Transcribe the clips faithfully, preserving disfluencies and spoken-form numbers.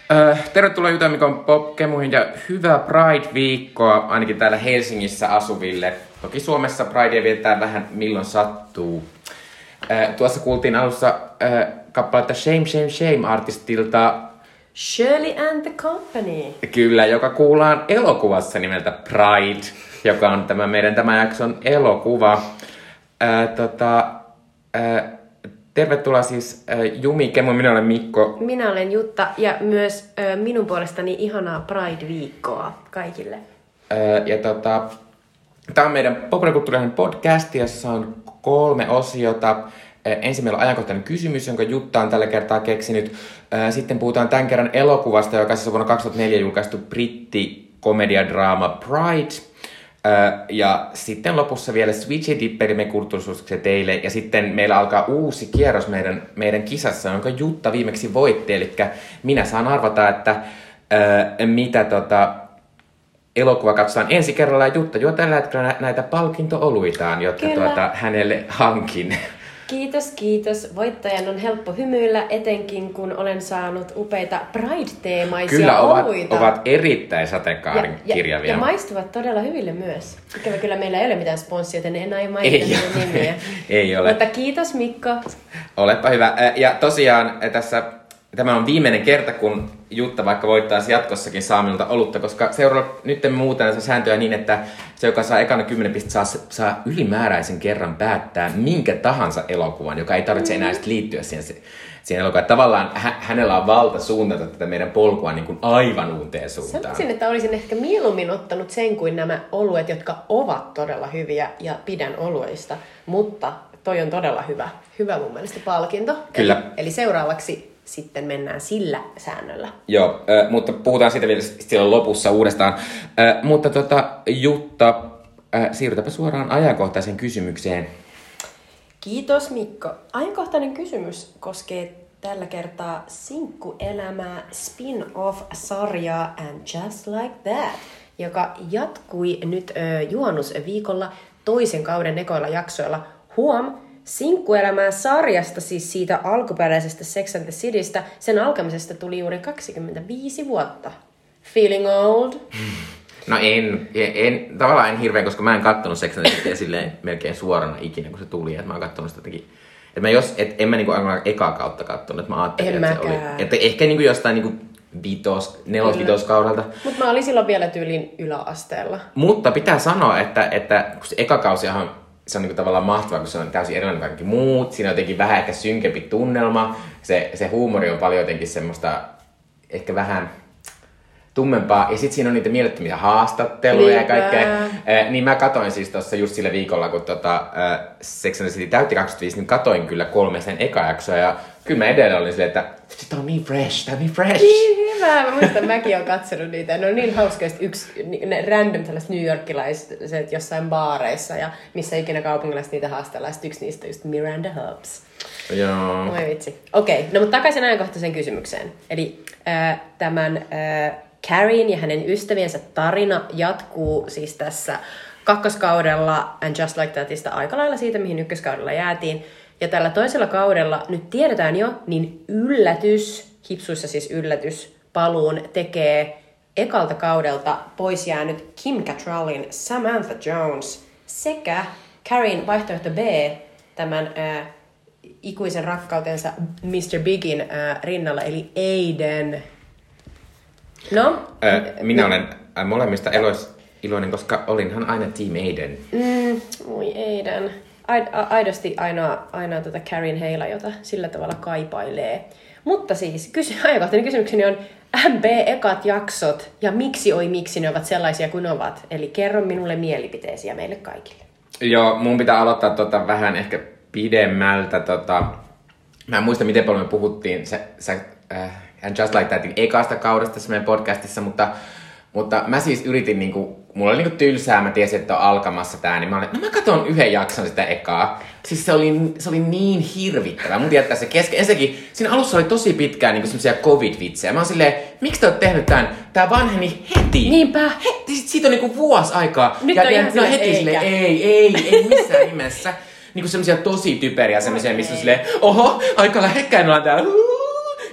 Öö, tervetuloa Jutamikon Popkemuihin ja hyvää Pride-viikkoa ainakin täällä Helsingissä asuville. Toki Suomessa Pridea vietetään vähän milloin sattuu. Öö, tuossa kuultiin alussa öö, kappaletta Shame, Shame, Shame artistilta Shirley and the Company. Kyllä, joka kuullaan elokuvassa nimeltä Pride, joka on tämä meidän tämän jakson elokuva. Öö, tota, öö, Tervetuloa siis äh, Jumi Kemu, minä olen Mikko. Minä olen Jutta ja myös äh, minun puolestani ihanaa Pride-viikkoa kaikille. Äh, ja tota, tämä on meidän populaarikulttuurinen podcast, jossa on kolme osiota. Äh, ensin meillä on ajankohtainen kysymys, jonka Jutta on tällä kertaa keksinyt. Äh, sitten puhutaan tämän kerran elokuvasta, joka siis on vuonna kaksituhattaneljä julkaistu britti-komediadraama Pride. Uh, ja sitten lopussa vielä Switchy Dipperimme kulttuurisuusikset teille. Ja sitten meillä alkaa uusi kierros meidän, meidän kisassa, jonka Jutta viimeksi voitti. Eli minä saan arvata, että uh, mitä tota, elokuva katsotaan ensi kerralla. Ja Jutta juo tällä hetkellä näitä palkinto-oluitaan, jotka tuota, hänelle hankin. Kiitos, kiitos. Voittajan on helppo hymyillä, etenkin kun olen saanut upeita Pride-teemaisia Kyllä, ovat, oluita. ovat erittäin sateenkaarin ja, kirjavia. Ja, ja maistuvat todella hyville myös. Ikävä kyllä meillä ei ole mitään sponssia, joten en aio mainita nimiä. Ei ole. Mutta kiitos Mikko. Olepa hyvä. Ja tosiaan tässä tämä on viimeinen kerta, kun Jutta vaikka voittaisi jatkossakin saa minulta olutta, koska seuraava nyt muutetaan sääntöä niin, että se, joka saa ekana kymmenen pistettä, saa, saa ylimääräisen kerran päättää minkä tahansa elokuvan, joka ei tarvitse enää sitten liittyä siihen, siihen elokuvaan. Tavallaan hä- hänellä on valta suunnata tätä meidän polkua niin kuin aivan uuteen suuntaan. Sanoisin, että olisin ehkä mieluummin ottanut sen kuin nämä oluet, jotka ovat todella hyviä ja pidän olueista, mutta toi on todella hyvä. Hyvä mun mielestä palkinto. Kyllä. Eli, eli seuraavaksi sitten mennään sillä säännöllä. Joo, äh, mutta puhutaan siitä vielä silloin lopussa uudestaan. Äh, mutta tota, Jutta, äh, siirrytäpä suoraan ajankohtaiseen kysymykseen. Kiitos Mikko. Ajankohtainen kysymys koskee tällä kertaa sinkkuelämää spin-off-sarjaa And Just Like That, joka jatkui nyt ö, juhannusviikolla toisen kauden ekoilla jaksoilla. Huom! Sinkkuelämää sarjasta, siis siitä alkuperäisestä Sex and the Citystä, sen alkamisesta tuli juuri kaksikymmentäviisi vuotta. Feeling old? No en, en, tavallaan en hirveän, koska mä en kattonut Sex and the Cityä silleen melkein suorana ikinä, kun se tuli. Että mä oon kattonut sitä jotenkin. Että mä jos, et, en mä niinku aivan ekaa kautta kattonut, että mä ajattelin, en että mäkään. se oli. Että ehkä niinku jostain niinku vitos, nelos-vitoskaudelta. Mutta mä olin silloin vielä tyylin yläasteella. Mutta pitää sanoa, että, että kun se eka kausihan se on niinku tavallaan mahtavaa, kun se on täysin erilainen kaikki muut. Siinä on jotenkin vähän ehkä synkempi tunnelma. Se, se huumori on paljon jotenkin semmoista ehkä vähän tummempaa. Ja sitten siinä on niitä mielettömiä haastatteluja ja kaikkea. Eh, niin mä katoin siis tuossa just sillä viikolla, kun tota, äh, Sex and the City täytti kaksikymmentäviisi, niin katoin kyllä kolme sen eka jaksoa. Ja kyllä mä edelleen olin silleen, että tää on niin fresh, tää on niin fresh. Niin hyvä. Mä muistan, mäkin olen katsonut niitä. Ne on niin hauskoja, yksi ne random tällaiset New Yorkilaiset jossain baareissa ja missä ikinä kaupungilaiset niitä haastellaan. Sitten yksi niistä just Miranda Hobbs. Joo. Moi vitsi. Okei, okay, no mutta takaisin ajankohtaiseen kysymykseen. Eli äh, tämän äh, Carrien ja hänen ystäviensä tarina jatkuu siis tässä kakkoskaudella And Just Like Thatista aika lailla siitä, mihin ykköskaudella jäätiin. Ja tällä toisella kaudella, nyt tiedetään jo, niin yllätys, hipsuissa siis yllätys, paluun tekee ekalta kaudelta pois jäänyt Kim Cattrallin Samantha Jones sekä Carrien vaihtoehto B, tämän äh, ikuisen rakkautensa mister Bigin äh, rinnalla, eli Aiden. No? Äh, minä olen äh, molemmista elois iloinen, koska olinhan aina Team Aiden. Mm, oi Aiden. Aidosti ainoa, ainoa tuota Carrien heila, jota sillä tavalla kaipailee. Mutta siis, kysy- ajankohtainen kysymykseni on M B ekat jaksot ja miksi oi miksi ne ovat sellaisia kuin ovat. Eli kerro minulle mielipiteesi ja meille kaikille. Joo, mun pitää aloittaa tota vähän ehkä pidemmältä. Tota... Mä en muista, miten paljon me puhuttiin se, se, äh, And Just Like Thatin ekasta kaudesta tässä meidän podcastissa, mutta, mutta mä siis yritin niinku, mulla oli niinku tylsää, mä tiesin, että on alkamassa tää, niin mä olin, no mä katson yhden jakson sitä ekaa. Siis se oli, se oli niin hirvittävää. Mun tietää se kesken. Ensinnäkin, siinä alussa oli tosi pitkään niinku semmosia covid-vitsejä. Mä oon silleen, miksi te oot tehnyt tän? Tää vanheni heti. Niinpä. Heti, siitä on niinku vuosi aikaa. Nyt ja, on ja ihan no heti silleen, silleen, ei, ei, ei missään nimessä. Niinku semmosia tosi typeriä, semmosia, missä on silleen, oho, aika lähekkäin ollaan täällä.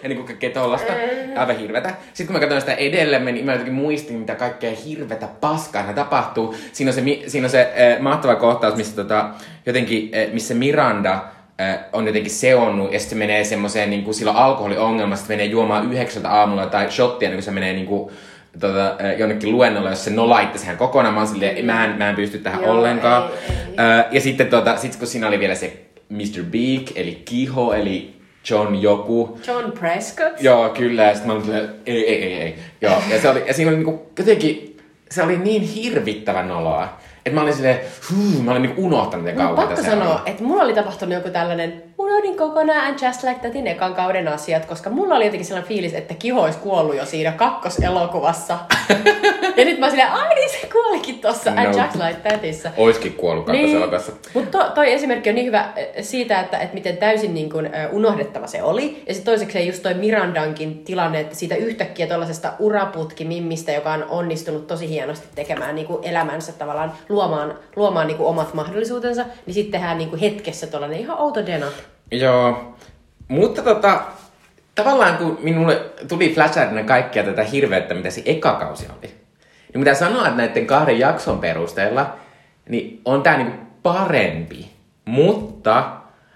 ja niinku kaikkea tollasta. Aivan hirvetä. Sitten kun mä katsoin sitä edelleen, niin mä jotenkin muistin, mitä kaikkea hirvetä paskaa tapahtuu. Siinä on se, siinä on se äh, mahtava kohtaus, missä, tota, jotenkin, äh, missä Miranda äh, on jotenkin seonnut, ja sitten se menee semmoiseen, niin kuin silloin alkoholiongelma, sitten menee juomaan yhdeksältä aamulla tai shottia, niin kun se menee niin kuin, tota, jonnekin luennolla, jos se nolaittaisi hän kokonaan. Mä oon silleen, mä en, mä en pysty tähän Joo, ollenkaan. Ei, ei. Äh, ja sitten tota, sit kun siinä oli vielä se mister Big, eli Kiho, eli John joku. John Prescott? Joo, kyllä. Ja sitten mä olin silleen, ei, ei, ei, ei. Joo, ja, se oli, ja siinä oli niinku, jotenkin, se oli niin hirvittävän noloa. Että mä olin silleen, huu, mä olin niinku unohtanut ne kauan. Pakko sanoa, että mulla oli tapahtunut joku tällainen, unohdin kokonaan And Just Like Thatin ekan kauden asiat, koska mulla oli jotenkin sellainen fiilis, että Kiho olisi kuollut jo siinä kakkoselokuvassa. Ja nyt mä silleen, ai niin se kuolikin tossa no. And Just Like Thatissa. Oiskin kuollut kakkoselokuvassa. Niin, mutta to, toi esimerkki on niin hyvä siitä, että, että miten täysin niin kuin, uh, unohdettava se oli. Ja sitten toiseksi just toi Mirandankin tilanne, että siitä yhtäkkiä tuollaisesta uraputkimimmistä, joka on onnistunut tosi hienosti tekemään niin kuin elämänsä tavallaan luomaan, luomaan niin kuin omat mahdollisuutensa, niin sitten tehdään niin kuin hetkessä tuollainen ihan outo dena. Joo, mutta tota, tavallaan kun minulle tuli flashardina kaikkia tätä hirveyttä, mitä se eka kausi oli, niin mitä sanoa, että näiden kahden jakson perusteella, niin on tää niinku parempi, mutta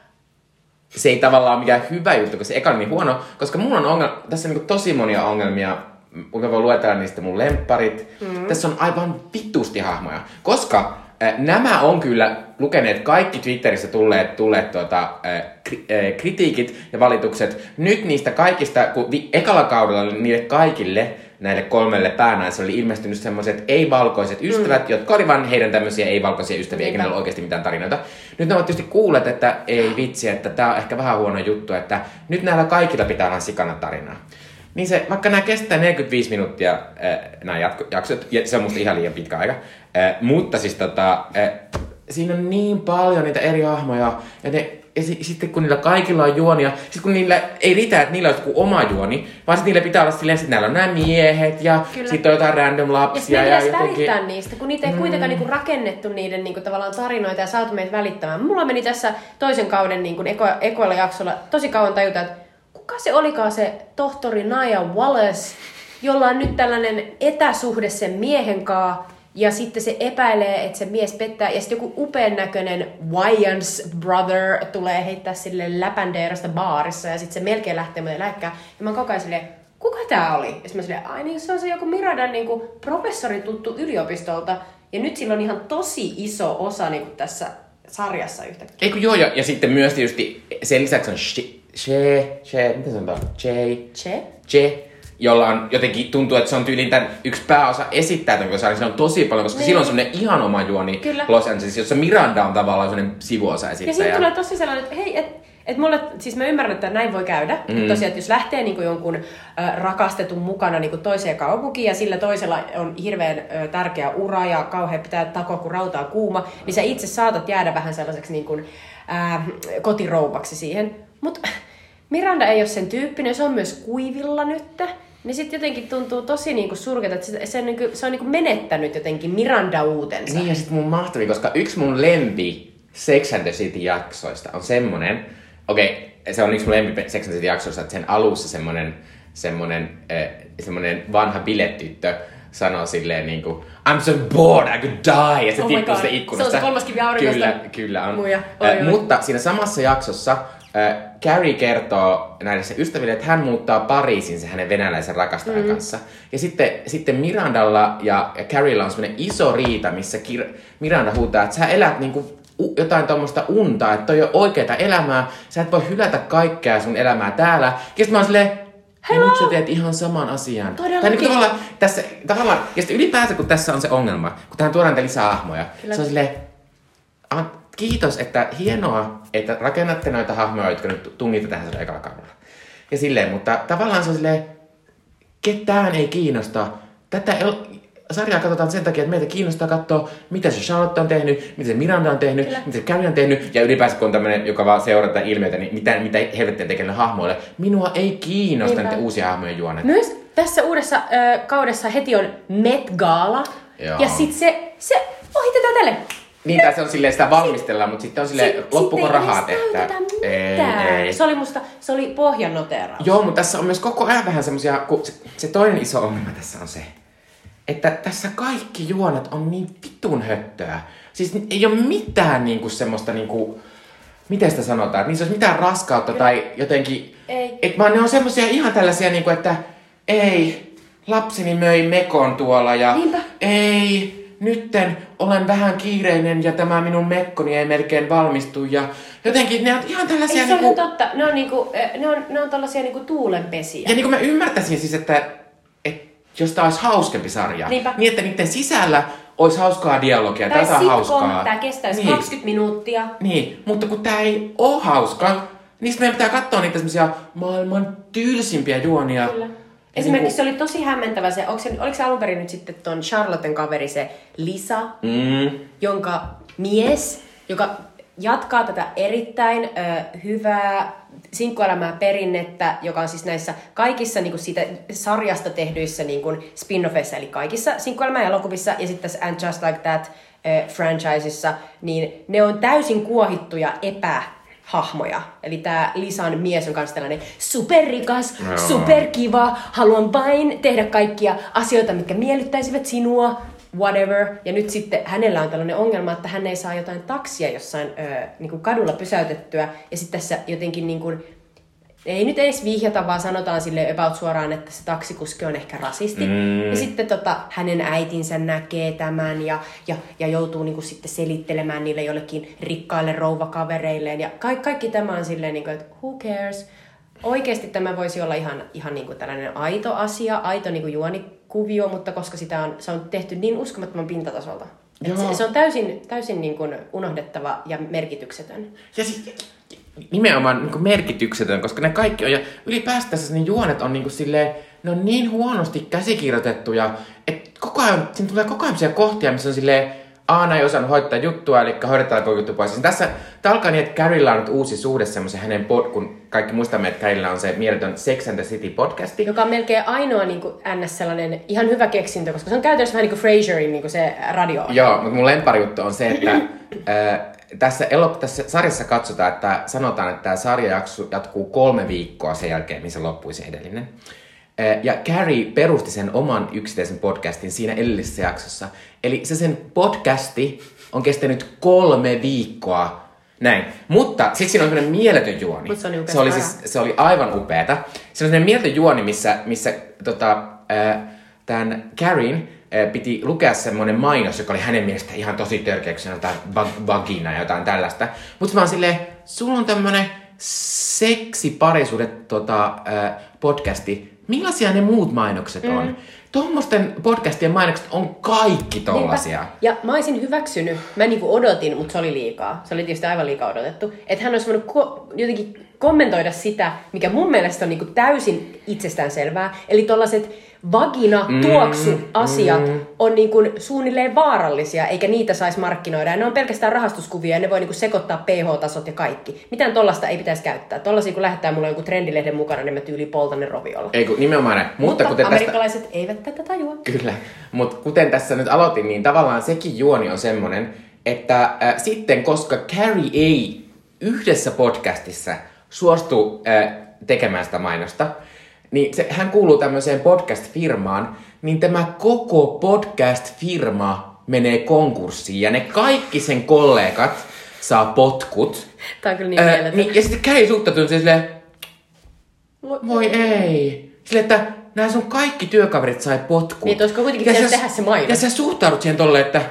se ei tavallaan ole mikään hyvä juttu, koska se eka on niin huono, koska mulla on ongel- tässä on niinku tosi monia ongelmia, kun voi luetella niistä mun lempparit. Mm. Tässä on aivan vitusti hahmoja, koska äh, nämä on kyllä lukeneet kaikki Twitterissä tulleet, tulleet tuota, äh, kri- äh, kritiikit ja valitukset. Nyt niistä kaikista, kun vi- ekalla kaudella oli niille kaikille, näille kolmelle päänaiselle oli ilmestynyt semmoiset ei-valkoiset ystävät, mm. jotka oli vaan heidän tämmöisiä ei-valkoisia ystäviä, eikä ne ole oikeasti mitään tarinoita. Nyt ne ovat tietysti kuulleet, että ei vitsi, että tää on ehkä vähän huono juttu, että nyt näillä kaikilla pitää olla sikana tarinaa. Niin se, vaikka nämä kestää neljäkymmentäviisi minuuttia, äh, nämä jatko- jaksot, ja se on musta ihan liian pitkä aika, äh, mutta siis tota, äh, siinä on niin paljon niitä eri hahmoja, ja, ne, ja s- sitten kun niillä kaikilla on juonia, sitten kun niillä ei riitä, että niillä olisi joku oma juoni, vaan sitten niillä pitää olla silleen, että näillä on nämä miehet, ja sitten on jotain random lapsia. Ja sitten ja jotenkin välittää niistä, kun niitä ei mm. kuitenkaan niinku rakennettu niiden niinku tavallaan tarinoita ja saatu meitä välittämään. Mulla meni tässä toisen kauden niinku eko, ekoilla jaksolla tosi kauan tajuta, että kuka se olikaan se tohtori Nia Wallace, jolla on nyt tällainen etäsuhde sen miehen kanssa, ja sitten se epäilee, että se mies pettää, ja sitten joku upean näköinen Wyan's brother tulee heittää sille läpändeerasta baarissa, ja sitten se melkein lähtee muuten läikkää, ja mä oon koko ajan silleen, kuka tää oli? Ja sitten mä silleen, ai niin se on se joku Mirandan niin kuin professori tuttu yliopistolta, ja nyt sillä on ihan tosi iso osa niin kuin tässä sarjassa yhtäkkiä. Eikö joo, ja, ja sitten myös tietysti sen lisäksi on Che, Che, mitä sanotaan? Che? Che? Che, jolla on jotenkin tuntuu, että se on tyylin tämän yksi pääosa esittää tämän sarjan. Se on tosi paljon, koska niin. Sillä on semmoinen ihan oma juoni Kyllä. Los Angeles, jossa Miranda on tavallaan semmoinen sivuosa esittäjä. Ja siinä tulee tosi sellainen, että hei, että et mulle, siis mä ymmärrän, että näin voi käydä. Mm. Että tosiaan, että jos lähtee niinku jonkun äh, rakastetun mukana niinku toiseen kaupunkiin ja sillä toisella on hirveän äh, tärkeä ura ja kauhean pitää takoa, kun rauta on kuuma, niin sä itse saatat jäädä vähän sellaiseksi niinku, äh, kotirouvaksi siihen. Mutta Miranda ei ole sen tyyppinen, se on myös kuivilla nyt. Niin sitten jotenkin tuntuu tosi niinku surkeata, että se, se, on, niinku, se on niinku menettänyt jotenkin Miranda-uutensa. Niin ja sitten mun mahtavi, koska yksi mun lempi Sex and the City-jaksoista on semmonen, okei, okay, se on yksi mun lempi Sex and the City-jaksoista, että sen alussa semmonen, semmonen, äh, semmonen vanha bilettyttö sanoo silleen niinku I'm so bored, I could die, ja se oh tippuu sitä ikkunasta. Se on se kolmas kivi auringosta. Kyllä, kyllä on. Muja, oi, äh, oi. Mutta siinä samassa jaksossa Äh, Carrie kertoo näille ystäville, että hän muuttaa Pariisiin se hänen venäläisen rakastajan mm. kanssa. Ja sitten, sitten Mirandalla ja, ja Carriella on semmoinen iso riita, missä Kir- Miranda huutaa, että sä elät niinku u- jotain tommoista unta, että toi on oikeeta elämää, sä et voi hylätä kaikkea sun elämää täällä. Ja sitten mä oon silleen, ja nyt sä teet ihan saman asian. Tai niin tavallaan, tässä, tavallaan, ja sitten ylipäänsä kun tässä on se ongelma, kun tähän tuodaan lisää hahmoja, Kyllä. se on silleen, kiitos, että hienoa, että rakennatte noita hahmoja, jotka nyt tungitte tähän sillä ekalla kaudella. Ja silleen, mutta tavallaan se on silleen, ketään ei kiinnosta. Tätä el- sarjaa katsotaan sen takia, että meitä kiinnostaa katsoa, mitä se Charlotte on tehnyt, mitä se Miranda on tehnyt, Kyllä. mitä se Carrie on tehnyt. Ja ylipäänsä kun on tämmönen, joka vaan seuraa ilmiötä, niin mitä, mitä helvettiä tekee hahmoille. Minua ei kiinnosta niitä uusia hahmojen juonet. Myös tässä uudessa äh, kaudessa heti on Met Gala. Joo. Ja sit se, se ohitetaan tälle. Niin, tai se on silleen sitä valmistellaan, mutta sitten on silleen, Sit- loppuuko sit rahaa ei edes tehdä? näytetä Ei, mitään. ei. Se oli musta, se oli pohjanoteeraus. Joo, mutta tässä on myös koko ajan vähän semmosia, kun se, se toinen iso ongelma tässä on se, että tässä kaikki juonet on niin vitun höttöä. Siis ei ole mitään niinku semmoista niinku, miten sitä sanotaan, että niissä olisi mitään raskautta tai jotenkin, Ei. että vaan ne on semmosia ihan tällaisia niinku, että ei, lapseni möi mekon tuolla ja Niinpä. ei, nytten olen vähän kiireinen ja tämä minun mekkoni ei melkein valmistu ja jotenkin ne on ihan tällaisia Ei se niinku... on ihan totta. Ne on, niinku, ne on, ne on tollasia niinku tuulenpesiä. Ja niin kuin mä ymmärtäisin siis, että, että jos tää olisi hauskempi sarja, Niinpä. niin että niiden sisällä olisi hauskaa dialogia, Tai tätä sitcom, hauskaa. tää kestäisi niin. kaksikymmentä minuuttia. Niin, mutta kun tää ei oo hauska, niin sit meidän pitää katsoa niitä semmosia maailman tylsimpiä juonia. Kyllä. Ja Esimerkiksi niinku- se oli tosi hämmentävä se, onko se, oliko se alun perin nyt sitten ton Charlotten kaveri se Lisa, Mm. jonka mies, joka jatkaa tätä erittäin ö, hyvää sinkkuelämää perinnettä, joka on siis näissä kaikissa niin kuin siitä sarjasta tehdyissä niin kuin spin-offeissa, eli kaikissa sinkkuelämän elokuvissa ja sitten tässä And Just Like That ö, franchisessa, niin ne on täysin kuohittuja epähahmoja. Eli tämä Lisan mies on kanssa tällainen superrikas, Joo. superkiva, haluan vain tehdä kaikkia asioita, mitkä miellyttäisivät sinua, whatever. Ja nyt sitten hänellä on tällainen ongelma, että hän ei saa jotain taksia jossain ö, niin kuin kadulla pysäytettyä. Ja sitten tässä jotenkin, niin kuin, ei nyt edes vihjata, vaan sanotaan sille about suoraan, että se taksikuski on ehkä rasisti. Mm. Ja sitten tota, hänen äitinsä näkee tämän ja, ja, ja joutuu niin kuin sitten selittelemään niille jollekin rikkaille rouvakavereilleen. Ja ka- kaikki tämä on silleen, niin kuin, että who cares? Oikeasti tämä voisi olla ihan, ihan niin kuin tällainen aito asia, aito niin kuin juonikuvio, mutta koska sitä on, se on tehty niin uskomattoman pintatasolta. Että se, se on täysin, täysin niin kuin unohdettava ja merkityksetön. Ja siis nimenomaan niin kuin merkityksetön, koska ne kaikki on, ja ylipäätänsä ne juonet on niin kuin silleen, ne on niin huonosti käsikirjoitettuja, että koko ajan, siinä tulee koko ajan sellaisia kohtia, missä on silleen, Aana ei osannut hoitaa juttua, eli hoidetaanko juttu pois. Siis tässä tämä alkaa niin, että Carriella on nyt uusi suhde semmoisen hänen, pod, kun kaikki muistamme, että Carriella on se mieletön Sex and the City podcasti. Joka on melkein ainoa niin kuin ns. Sellainen ihan hyvä keksintö, koska se on käytännössä vähän niin kuin Frasierin niin kuin se radio. Joo, mutta mun lemparijuttu on se, että äh, tässä, elok- tässä sarjassa katsotaan, että sanotaan, että tämä sarja jaksu, jatkuu kolme viikkoa sen jälkeen, missä loppui se edellinen. Ja Carrie perusti sen oman yksittäisen podcastin siinä edellisessä jaksossa. Eli se sen podcasti on kestänyt kolme viikkoa. Näin. Mutta sitten siinä on sellainen mieletön juoni. Mut se oli upea se oli, sarja. siis, se oli aivan upeata. Se on sellainen mieletön juoni, missä, missä tota, äh, tämän Carrien äh, piti lukea semmoinen mainos, joka oli hänen mielestä ihan tosi törkeä, kun siinä on jotain vag- vagina ja jotain tällaista. Mutta vaan silleen, sulla on tämmönen seksiparisuudet tota, äh, podcasti. Millaisia ne muut mainokset mm. on? Tuommoisten podcastien mainokset on kaikki tollasia. Niinpä. Ja mä olisin hyväksynyt, mä niinku odotin, mutta se oli liikaa. Se oli tietysti aivan liikaa odotettu. Että hän olisi voinut ko- jotenkin kommentoida sitä, mikä mun mielestä on niinku täysin itsestäänselvää. Eli tollaset vagina-tuoksu-asiat mm, mm. on niinku suunnilleen vaarallisia, eikä niitä saisi markkinoida. Ja ne on pelkästään rahastuskuvia ja ne voi niinku sekoittaa pH-tasot ja kaikki. Mitään tollasta ei pitäisi käyttää. Tollasia kun lähettää mulle joku trendilehden mukana, niin mä tyyli poltan ne roviolla. Ei kun nimenomaan näin. Mutta, Mutta kuten amerikkalaiset tästä... eivät tätä tajua. Kyllä. Mutta kuten tässä nyt aloitin, niin tavallaan sekin juoni on semmonen, että äh, sitten koska Carrie ei yhdessä podcastissa suostu äh, tekemään sitä mainosta, niin se, hän kuuluu tämmöiseen podcast-firmaan, niin tämä koko podcast-firma menee konkurssiin ja ne kaikki sen kollegat saa potkut. Tää on kyllä niin Ää, mieletön. niin, ja sitten Carrie suhtautuu silleen, Voi, voi ei. Silleen, että nämä sun kaikki työkaverit sai potkut. Niin, että olisiko kuitenkin Ja pitänyt sä- tehdä se mainos. Ja sä suhtaudut siihen tolleen, että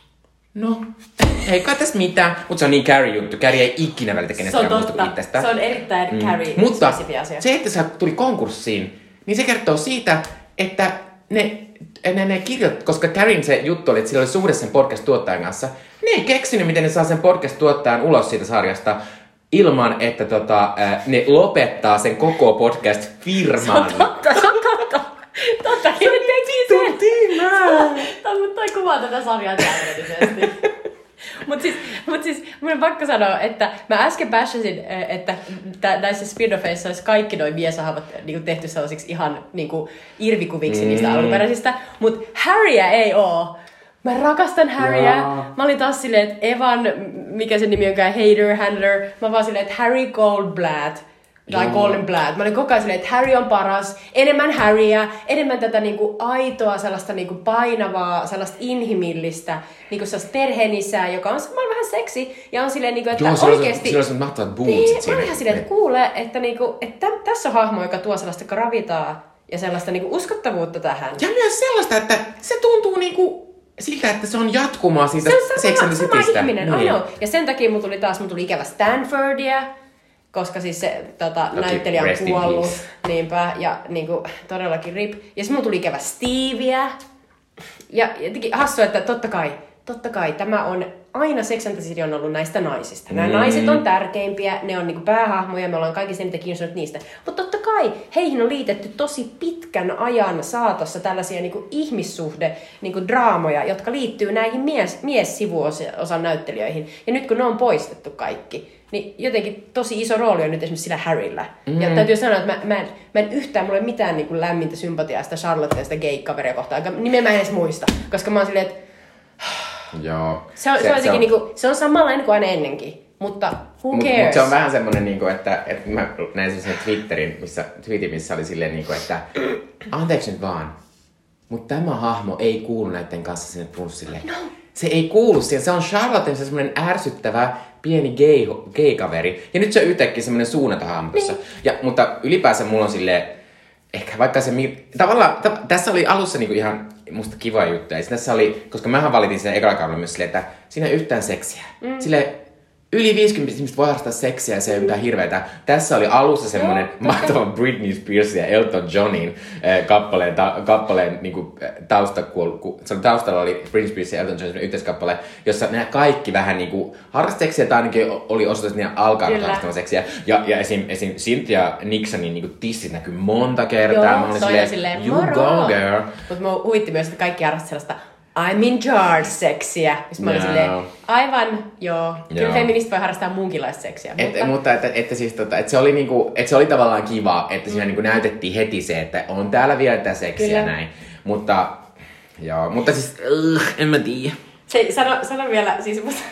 no, ei kai tässä mitään. Mutta se on niin Carrie juttu. Carrie ei ikinä välitä Se on kenestäkään muusta totta. kuin itsestä. Se on erittäin mm. Carrie Mutta spesifi asia. se, että sä tuli konkurssiin, niin se kertoo siitä, että ne, ne, ne kirjoit, koska Carrien se juttu oli, että sillä oli suhde sen podcast-tuottajan kanssa, ne ei keksinyt, miten ne saa sen podcast-tuottajan ulos siitä sarjasta ilman, että tota, ne lopettaa sen koko podcast-firman. Se on totta, se on totta. Totta, se teki sen. Mutta toi kuvaa tätä sarjaa täydellisesti. Mutta siis, mut siis mun on pakko sanoa, että mä äsken bashasin, että tä, näissä spin-offeissa olisi kaikki noin miesahavat niinku tehty sellaisiksi ihan niinku irvikuviksi mm. niistä alkuperäisistä. Mutta Harryä ei oo. Mä rakastan Harryä. Jaa. Mä olin taas silleen, että Evan, mikä sen nimi onkaan, Hater Handler. Mä vaan silleen, että Harry Goldblatt. Tai Golden Blatt. Mä olin koko ajan silleen, että Harry on paras. Enemmän Harryä, enemmän tätä niinku aitoa, sellaista niinku painavaa, sellaista inhimillistä, niinku sellaista perheenisää, joka on samalla vähän seksi. Ja on silleen, niinku, että Joo, oikeesti... Sillä on sellaiset mahtavat bootsit niin, siinä. Mä ihan silleen, että kuulee, että, niinku, että tässä on hahmo, joka tuo sellaista gravitaa ja sellaista niinku uskottavuutta tähän. Ja myös sellaista, että se tuntuu niinku siltä, että se on jatkumaa siitä Se on Sex and sama, the sama Citystä. ihminen, No I niin. know. Ja sen takia mun tuli taas, mun tuli ikävä Stanfordia, koska siis se tota, Toki, näyttelijä on rest in kuollut, peace. niinpä, ja niinku, todellakin rip. Ja sitten mun tuli ikävä Stevieä. Ja jotenkin hassu, että totta kai, totta kai tämä on, aina Sex and the City on ollut näistä naisista. Nämä Mm. naiset on tärkeimpiä, ne on niinku päähahmoja, me ollaan kaikista eniten kiinnostunut niistä. Mutta totta kai heihin on liitetty tosi pitkän ajan saatossa tällaisia niinku ihmissuhde niinku draamoja, jotka liittyy näihin mies, miessivuosan näyttelijöihin. Ja nyt kun ne on poistettu kaikki, niin jotenkin tosi iso rooli on nyt esimerkiksi sillä Harryllä. Mm. Ja täytyy sanoa, että mä, mä, en, mä en yhtään, mulla ei mitään niin kuin lämmintä sympatiaa sitä Charlotte ja sitä gay-kaveria kohtaan. Nimeä mä en edes muista, koska mä oon silleen, että Joo. se on, se, se, on, jotenkin, on... Niin kuin, se on samanlainen kuin aina ennenkin, mutta who Mut, cares? mut se on vähän semmonen, niinku, että, että mä näin sen Twitterin, missä, tweetin, missä oli silleen, niinku, että anteeksi nyt vaan, mutta tämä hahmo ei kuulu näiden kanssa sinne pulssille. No. Se ei kuulu siihen. Se on Charlotte, se semmoinen ärsyttävä pieni gay, gay-kaveri. Ja nyt se on yhtäkkiä semmoinen suunnata hahmossa. Niin. Ja, mutta ylipäänsä mulla on silleen, ehkä vaikka se, tavallaan, t- tässä oli alussa niinku ihan musta kiva juttu. Ja tässä oli, koska mähän valitin sen ekalla kaudella myös silleen, että siinä ei yhtään seksiä. Mm. Silleen, yli viisikymmentä ihmistä voi harrastaa seksiä ja se ei ole mitään hirveätä. Tässä oli alussa semmoinen no, mahtava Britney Spears ja Elton Johnin äh, kappaleen, ta, kappaleen niinku, äh, tausta, ku, se oli, taustalla oli Britney Spears ja Elton Johnin yhteiskappale, jossa nämä kaikki vähän niinku harrasti seksiä tai ainakin oli osoitus, että ne alkaa harrastamaan seksiä. Ja, ja esim, esim Cynthia Nixonin niinku tissit näkyy monta kertaa. Joo, mä olin se silleen, silleen, you go girl. Mutta mä huitti myös, että kaikki harrasti sellaista I'm in charge-seksiä. Sitten mä olin No. silleen, aivan, joo. Joo. Kyllä feministit voi harrastaa muunkinlaista seksiä. Et, mutta mutta että, että, siis, tota, että, se oli niinku, että se oli tavallaan kiva, että siinä mm. niinku näytettiin heti se, että on täällä vielä tätä seksiä näin. Mutta, joo, mutta siis, uh, en mä tiedä. Se, sano, sano vielä, siis, mutta,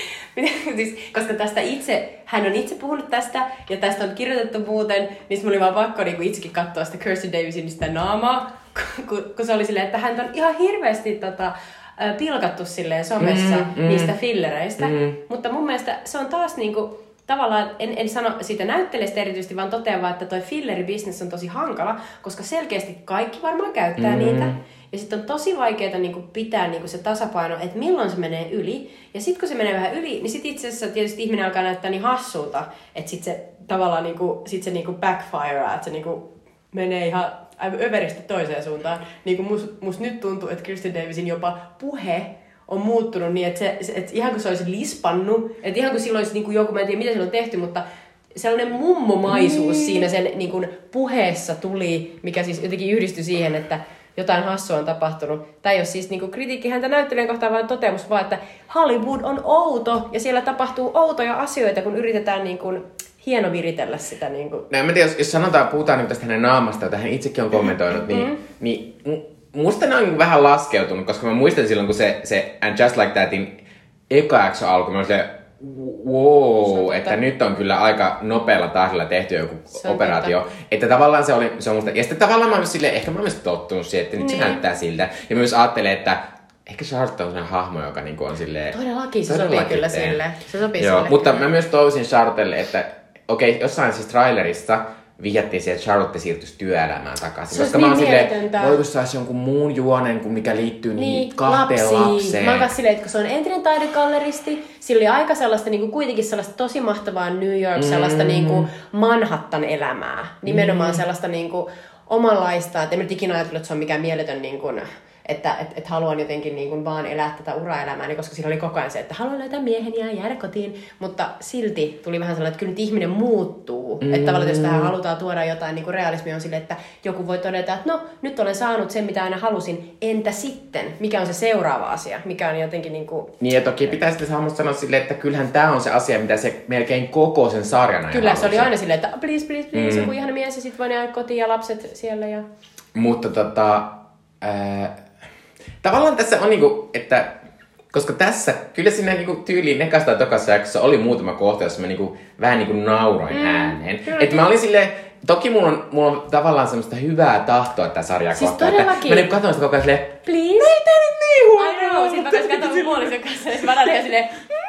siis, koska tästä itse, hän on itse puhunut tästä, ja tästä on kirjoitettu muuten, niin mulla oli vaan pakko niin itsekin katsoa sitä Kirsten Davisin sitä naamaa, kun, kun se oli silleen, että hän on ihan hirveästi tota, pilkattu silleen somessa mm, mm, niistä fillereistä, mm. mutta mun mielestä se on taas niinku, tavallaan, en, en sano siitä näyttelijästä erityisesti, vaan totean vaan, että toi filleribisnes on tosi hankala, koska selkeästi kaikki varmaan käyttää mm. niitä. Ja sitten on tosi vaikeaa niinku pitää niinku se tasapaino, että milloin se menee yli. Ja sitten kun se menee vähän yli, niin sitten itse asiassa tietysti ihminen alkaa näyttää niin hassulta, että sitten se tavallaan niinku, sit se niinku backfirea, että se niinku menee ihan aivan överisti toiseen suuntaan. Niin kuin musta must nyt tuntuu, että Kirsten Davisin jopa puhe on muuttunut niin, että, se, että ihan kuin se olisi lispannut, että ihan kuin silloin olisi niin kuin joku, mä en tiedä mitä sillä on tehty, mutta sellainen mummomaisuus mm. siinä sen niin kuin puheessa tuli, mikä siis jotenkin yhdistyi siihen, että jotain hassua on tapahtunut. Tämä ei ole siis niin kuin kritiikki häntä näyttelijän kohtaan, vaan toteamus vaan, että Hollywood on outo ja siellä tapahtuu outoja asioita, kun yritetään niin kuin hieno viritellä sitä. Niin kuin. No, en mä tiedä, jos, jos sanotaan, puhutaan niin tästä hänen naamasta, jota hän itsekin on kommentoinut, niin, mm. niin musta ne on vähän laskeutunut, koska mä muistan silloin, kun se, se And Just Like Thatin eka jakso alkoi, mä olin se, wow, että nyt on kyllä aika nopealla tahdilla tehty joku operaatio. Totta. Että tavallaan se oli, se on musta, ja sitten tavallaan mä myös silleen, ehkä mä myös tottunut siihen, että nyt niin. se näyttää siltä. Ja mä myös ajattelen, että ehkä Charlotte on sellainen hahmo, joka niinku on silleen. Todellakin, se sopii kyllä sille. Se sopii Joo, sille. Mutta kyllä. mä myös toivoisin Charlottelle, että okei, okay, jossain siis trailerissa vihjattiin siihen, että Charlotte siirtyisi työelämään takaisin. Se koska niin mä oon silleen, voiko se olisi jonkun muun juonen, kuin mikä liittyy niin, niin kahteen lapsiin. lapseen. Mä oon kanssa silleen, että kun se on entinen taidegalleristi, sillä oli aika sellaista niin kuin, kuitenkin sellaista tosi mahtavaa New York, mm. sellaista niin kuin Manhattan-elämää. Nimenomaan mm. sellaista niin kuin omanlaista, että en nyt ikinä ajatellut, että se on mikään mieletön niin kuin, että et, et haluan jotenkin niin kuin vaan elää tätä uraelämääni, koska siinä oli koko ajan se, että haluan löytää miehen ja jäädä kotiin, mutta silti tuli vähän sellainen, että kyllä nyt ihminen muuttuu. Mm. Että tavallaan jos tähän halutaan tuoda jotain niin kuin realismia on sille, että joku voi todeta, että no nyt olen saanut sen, mitä aina halusin, entä sitten? Mikä on se seuraava asia? Mikä on jotenkin niin kuin. Niin ja toki pitäisi tässä hahmossa sanoa silleen, että kyllähän tämä on se asia, mitä se melkein koko sen sarjan ajan Kyllä, halusi. se oli aina silleen, että please, please, please, mm. joku ihana mies ja sit voi jäädä kotiin ja lapset siellä. Ja. Mutta tota. Ää, Tavallaan tässä on niinku, että koska tässä, kyllä siinä niinku tyyliin nekasta ja tokassa jaksossa oli muutama kohta, jossa mä niinku, vähän niinku nauroin mm, ääneen. Että mä olin silleen, toki mulla on, mulla on tavallaan semmoista hyvää tahtoa tää sarjaa siis kohtaan. Että mä niinku katsoin sitä koko ajan silleen, please? No ei tää nyt niin huono. I know, sit mä kanssa katsoin mun puolison kanssa ja sit mä olin silleen,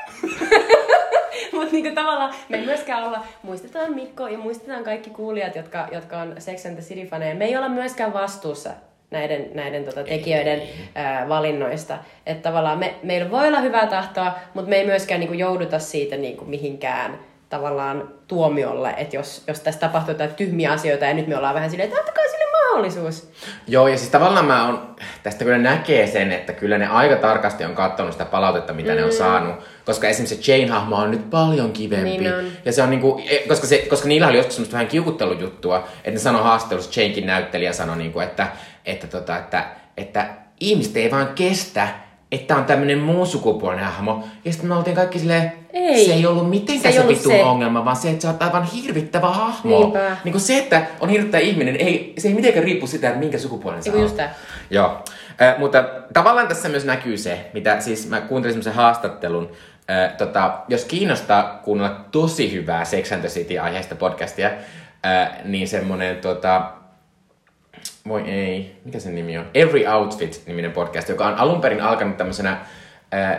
mut niinku tavallaan me ei myöskään olla, muistetaan Mikko ja muistetaan kaikki kuulijat, jotka, jotka on Sex and the City-faneja. Me ei olla myöskään vastuussa näiden, näiden tota, tekijöiden ää, valinnoista. Että tavallaan me, meillä voi olla hyvää tahtoa, mutta me ei myöskään niinku jouduta siitä niinku mihinkään tavallaan tuomiolle, että jos, jos tässä tapahtuu jotain tyhmiä asioita ja nyt me ollaan vähän silleen, että antakaa sille mahdollisuus. Joo, ja siis tavallaan mä on, tästä kyllä näkee sen, että kyllä ne aika tarkasti on katsonut sitä palautetta, mitä mm. ne on saanut. Koska esimerkiksi se Jane-hahmo on nyt paljon kivempi. Niin on. Ja se on niinku, koska, se, koska niillä oli joskus semmoista vähän kiukuttelujuttua, että ne sanoi haastattelussa, Janekin näyttelijä sanoi, niinku, että, että, tota, että, että ihmiset ei vaan kestä, että on tämmönen muun sukupuolinen hahmo. Ja sitten me oltiin kaikki silleen, ei. Se ei ollut mitenkään se, se vitun ongelma, vaan se, että sä oot aivan hirvittävä hahmo. Niinpä. Niin kuin se, että on hirvittävä ihminen, ei, se ei mitenkään riippu sitä, että minkä sukupuolinen sä oot. Just tää. Joo. Äh, mutta tavallaan tässä myös näkyy se, mitä siis mä kuuntelin semmoisen haastattelun. Äh, tota, jos kiinnostaa kuunnella tosi hyvää Sex and the City-aiheista podcastia, äh, niin semmonen tota... Voi ei, mikä sen nimi on? Every Outfit-niminen podcast, joka on alun perin alkanut tämmöisenä äh,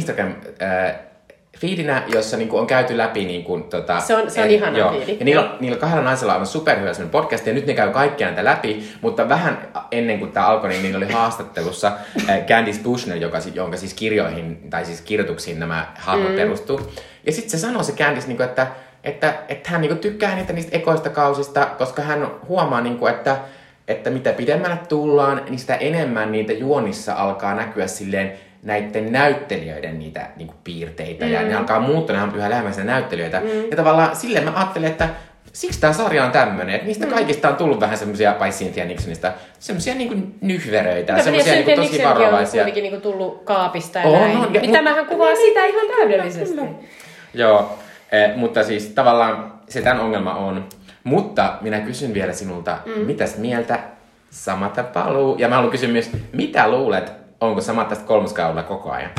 Instagram-feedinä, jossa niinku on käyty läpi... Niinku, tota, se on, se on eh, ihana joo. fiili. Ja niillä, niillä kahdella naisella on superhyvä semmoinen podcast, ja nyt ne käy kaikkia näitä läpi, mutta vähän ennen kuin tämä alkoi, niin niillä oli haastattelussa äh, Candice Bushner, joka, jonka siis kirjoihin, tai siis kirjoituksiin nämä hahmot mm. perustuu. Ja sitten se sanoi se Candice, niinku, että, että, että hän niinku, tykkää niitä niistä ekoista kausista, koska hän huomaa, niinku, että että mitä pidemmälle tullaan, niin sitä enemmän niitä juonissa alkaa näkyä silleen näiden näyttelijöiden niitä niinku piirteitä. Mm. Ja ne alkaa muuttua, ne on yhä lähemmän sitä näyttelijöitä. Mm. Ja tavallaan silleen mä ajattelin, että siksi tää sarja on tämmönen. Että niistä mm. kaikista on tullut vähän semmosia, vai Cynthia Nixonista, semmosia niinku nyhveröitä. Semmosia niinku tosi varovaisia. On kuitenkin niinku tullut kaapista ja oh, näin. No, ja, Mitä mähän kuvaa niin, sitä ihan täydellisesti. Kyllä, kyllä. Joo, eh, mutta siis tavallaan se tämän ongelma on. Mutta minä kysyn vielä sinulta, mm. mitäs mieltä Samantha paluu? Ja mä haluan kysyä myös, mitä luulet, onko Samantha tästä kolmoskaudella koko ajan?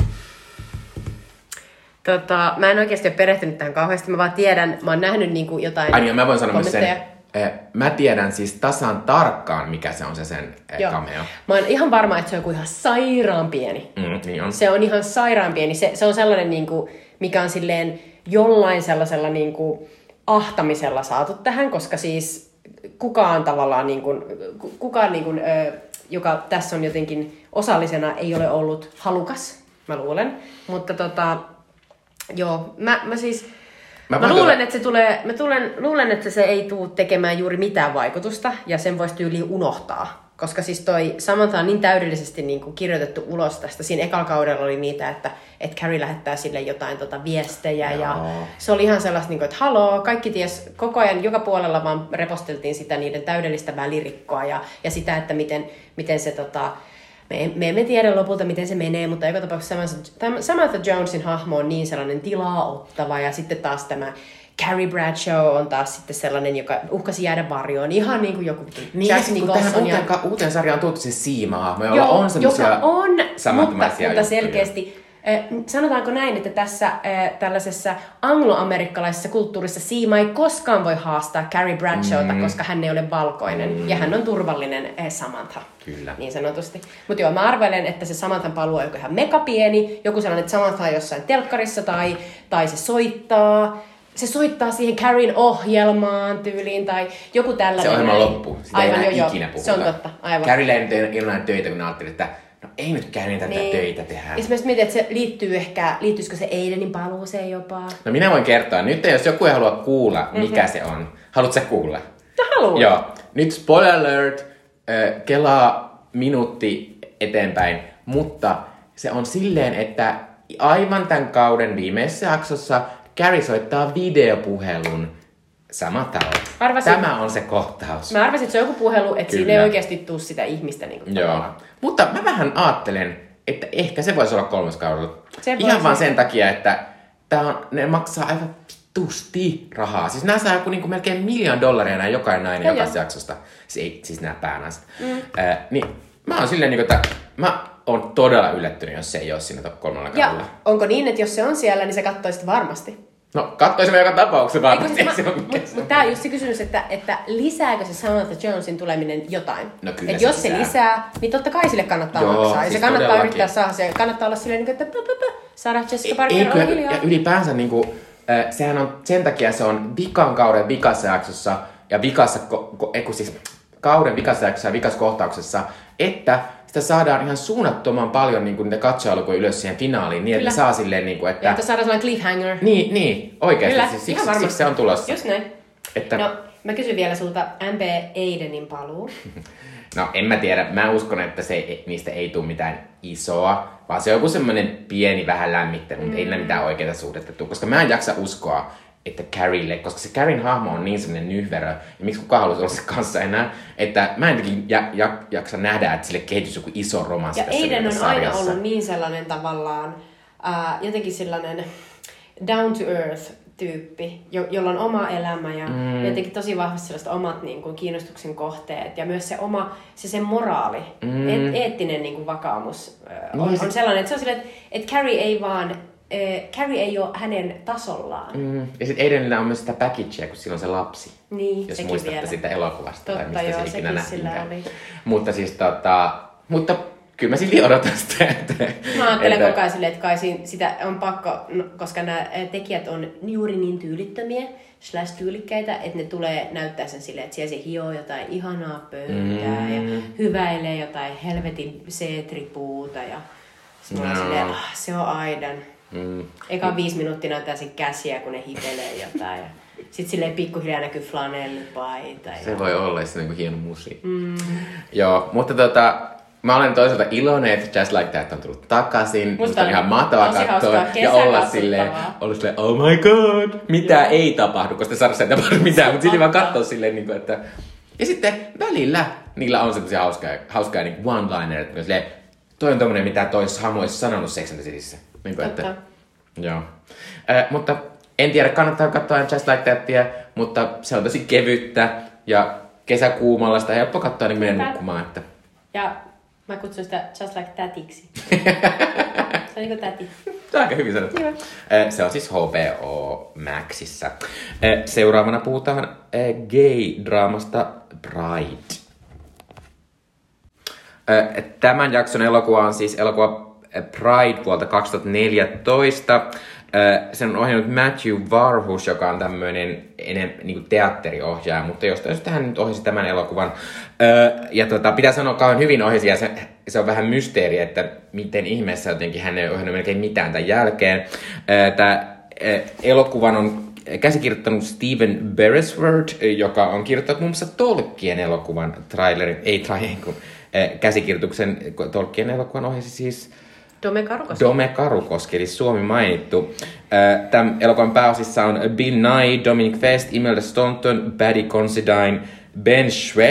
Tota, mä en oikeasti ole perehtynyt tähän kauheasti, mä vaan tiedän, mä oon nähnyt niinku jotain. Ai niin, mä voin sanoa myös sen, mä tiedän siis tasan tarkkaan, mikä se on se sen Joo. cameo. Mä oon ihan varma, että se on joku ihan sairaan pieni. Mm, niin on. Se on ihan sairaan pieni. Se, se on sellainen, niinku, mikä on silleen jollain sellaisella niinku, ahtamisella saatu tähän, koska siis kukaan tavallaan, niin kuin, kukaan, niin kuin, ö, joka tässä on jotenkin osallisena, ei ole ollut halukas, mä luulen. Mutta tota, joo, mä, mä siis, mä, mä luulen, että se tulee, mä tulen, luulen, että se ei tule tekemään juuri mitään vaikutusta, ja sen voisi tyyliin unohtaa. Koska siis toi Samantha on niin täydellisesti niin kuin kirjoitettu ulos tästä. Siinä ekalla kaudella oli niitä, että, että Carrie lähettää sille jotain tota, viestejä. Joo. Ja se oli ihan sellaista, niin kuin, että haloo, kaikki ties, koko ajan joka puolella vaan reposteltiin sitä niiden täydellistävää lirikkoa. Ja, ja sitä, että miten, miten se, tota, me, me emme tiedä lopulta, miten se menee, mutta joka tapauksessa Samantha Jonesin hahmo on niin sellainen tilaa ottava. Ja sitten taas tämä Carrie Bradshaw on taas sitten sellainen, joka uhkasi jäädä varjoon. Ihan niin kuin joku niin, Jack Nicholson. Ja uuteen, uuteen sarjaan on tuotu se Siima-hahmo, jolla on semmoisia on, samantumaisia mutta, mutta selkeästi, äh, sanotaanko näin, että tässä äh, tällaisessa angloamerikkalaisessa kulttuurissa Siima ei koskaan voi haastaa Carrie Bradshawta, mm. koska hän ei ole valkoinen. Mm. Ja hän on turvallinen äh, Samantha. Kyllä. Niin sanotusti. Mutta joo, mä arvelen, että se Samanthan paluu on joku ihan megapieni, joku sellainen, että Samantha on jossain telkkarissa tai, tai se soittaa. Se soittaa siihen Carrien ohjelmaan tyyliin tai joku tällainen. Se ohjelma loppuu. Sitä aivan, ei jo, ikinä puhuta. Se on totta, aivan. Carrielle ei nyt ilman töitä, kun ne ajattelin, että no ei nyt Carrien tätä niin. töitä tehdä. Esimerkiksi mietin, että se liittyy ehkä, liittyisikö se Aidenin paluuseen jopa? No minä voin kertoa. Nyt jos joku ei halua kuulla, mikä mm-hmm. se on. Haluatko sä kuulla? No haluan. Joo. Nyt spoiler alert. Kelaa minuutti eteenpäin. Mutta se on silleen, että aivan tämän kauden viimeisessä jaksossa Carrie soittaa videopuhelun Samanthalla. Tämä on se kohtaus. Mä arvasin, että se on joku puhelu, että Kyllä. siinä ei oikeasti tule sitä ihmistä. Niin kuin Joo. Mutta mä vähän ajattelen, että ehkä se voisi olla kolmas kaudella. Se Ihan vaan sen takia, että tää on, ne maksaa aivan tusti rahaa. Siis nää saa joku niin kuin melkein miljoona dollaria nää jokainen nainen jokaisesta jaksosta. Siis, ei, siis nää päänaiset. Mm. Äh, niin mä oon silleen, niin kuin, että mä on todella yllättynyt, jos se ei ole siinä top kolmella Ja kaudella. onko niin, että jos se on siellä, niin sä kattoisit varmasti? No, katsoisimme joka tapauksessa varmasti. Mutta mut tää on just se kysymys, että, että lisääkö se Samantha Jonesin tuleminen jotain? No kyllä et se jos lisää. se lisää, niin totta kai sille kannattaa Joo, maksaa. Ja siis se kannattaa todellakin. yrittää saada se. Kannattaa olla silleen, että pö, pö, pö, Sarah Jessica Parker Eikö, on hiljaa. ja ylipäänsä niinku, äh, sehän on, sen takia se on vikan kauden vikassa jaksossa ja vikassa, ko, ko, eiku siis kauden vikassa jaksossa ja vikassa kohtauksessa, että sitä saadaan ihan suunnattoman paljon niin niitä katsojalukuja ylös siihen finaaliin, niin Kyllä. että ne saa silleen niinku, että... Ja että saadaan sellainen cliffhanger. Niin, niin, oikeesti. Kyllä, siis, ihan siksi, varmasti. siksi se on tulossa. Just näin. Että... No, mä kysyn vielä sulta M B Aidenin paluu. No, en mä tiedä. Mä uskon, että se, niistä ei tule mitään isoa, vaan se on joku semmoinen pieni vähän lämmittely, mutta mm. ei niillä mitään oikeaa suhdetta tule. Koska mä en jaksa uskoa, että Carrielle, koska se Carrien hahmo on niin semmoinen nyhverö, ja miksi kukaan haluaisi olla se kanssa enää, että mä en jotenkin ja, ja, jaksa nähdä, että sille kehitys joku iso romanssi Ja tässä Aiden on sarjassa. aina ollut niin sellainen tavallaan, äh, jotenkin sellainen down to earth tyyppi, jo- jolla on oma elämä ja mm. jotenkin tosi vahvasti sellaiset omat niin kuin, kiinnostuksen kohteet ja myös se oma, se sen moraali, mm. eet- eettinen niin kuin, vakaumus äh, on, Niin se- on sellainen, että se on silleen, että, että Carrie ei vaan, äh, Carrie ei ole hänen tasollaan. Mm. Ja sitten Aidenillä on myös sitä packagea, kun sillä on se lapsi. Niin, jos sekin muistatte vielä. sitä elokuvasta. Totta, tai mistä joo, se ikinä sekin nähtiinkään. sillä oli. Mutta siis tota, mutta kyllä mä silti odotan sitä, että... Mä ajattelen että- koko ajan silleen, että kai siinä sitä on pakko, no, koska nämä tekijät on juuri niin tyylittömiä, slash tyylikkäitä, että ne tulee näyttää sen silleen, että siellä se hioo jotain ihanaa pöytää mm. ja hyväilee jotain helvetin C-tripuuta ja sit mä oon No. silleen, ah, se on Aidan. Mm. Eka viisi minuuttia näyttää sen käsiä, kun ne hipelee jotain ja sit silleen pikkuhiljaa näkyy flanellipaita. Ja... Se voi olla, se on niin hieno musiikki. Mm. Joo, mutta tota, mä olen toisaalta iloinen, että Just Like That on tullut takaisin. Musta Musta on oli ihan mahtavaa tosi katsoa hauskaa, ja olla kesäkatsottavaa. silleen, olla silleen, oh my god, mitä Joo. ei tapahdu, koska sarjassa ei tapahdu mitään, mutta silti vaan Totta. katsoa silleen, niin kuin, että... Ja sitten välillä niillä on sellaisia hauskaa, hauskaa niin one-linereita, että silleen, toi on tommonen, mitä toi Samu olisi sanonut Sex and the Cityssä. Niin kuin, että, Totta. joo. Äh, mutta en tiedä, kannattaa katsoa Just Like Thatia, mutta se on tosi kevyttä ja kesäkuumalla sitä helppo katsoa, niin menen Niinpä. nukkumaan. Että... Ja mä kutsun sitä Just Like Tätiksi. Se on niinku täti. Se on aika hyvin sanottu. Joo. Äh, Se on siis H B O Maxissa. Äh, Seuraavana puhutaan äh, gay-draamasta Pride. Äh, Tämän jakson elokuva on siis elokuva Pride vuodelta kaksituhattaneljätoista. Sen on ohjannut Matthew Varhus, joka on tämmöinen enem, niin kuin teatteriohjaaja, mutta jostain syystä hän nyt ohjasi tämän elokuvan. Ja tota, pitää sanoa, kauan hyvin ohjasi, ja se, se on vähän mysteeri, että miten ihmeessä jotenkin hän ei ohjannut melkein mitään tämän jälkeen. Tämä elokuvan on käsikirjoittanut Steven Beresford, joka on kirjoittanut muun muassa Tolkien elokuvan trailerin, ei trailerin, kun käsikirjoituksen Tolkien elokuvan ohjasi siis Dome Karukoski. Dome Karukoski, eli Suomi mainittu. Tämän elokuvan pääosissa on Bill Nye, Dominic West, Imelda Staunton, Paddy Considine, Ben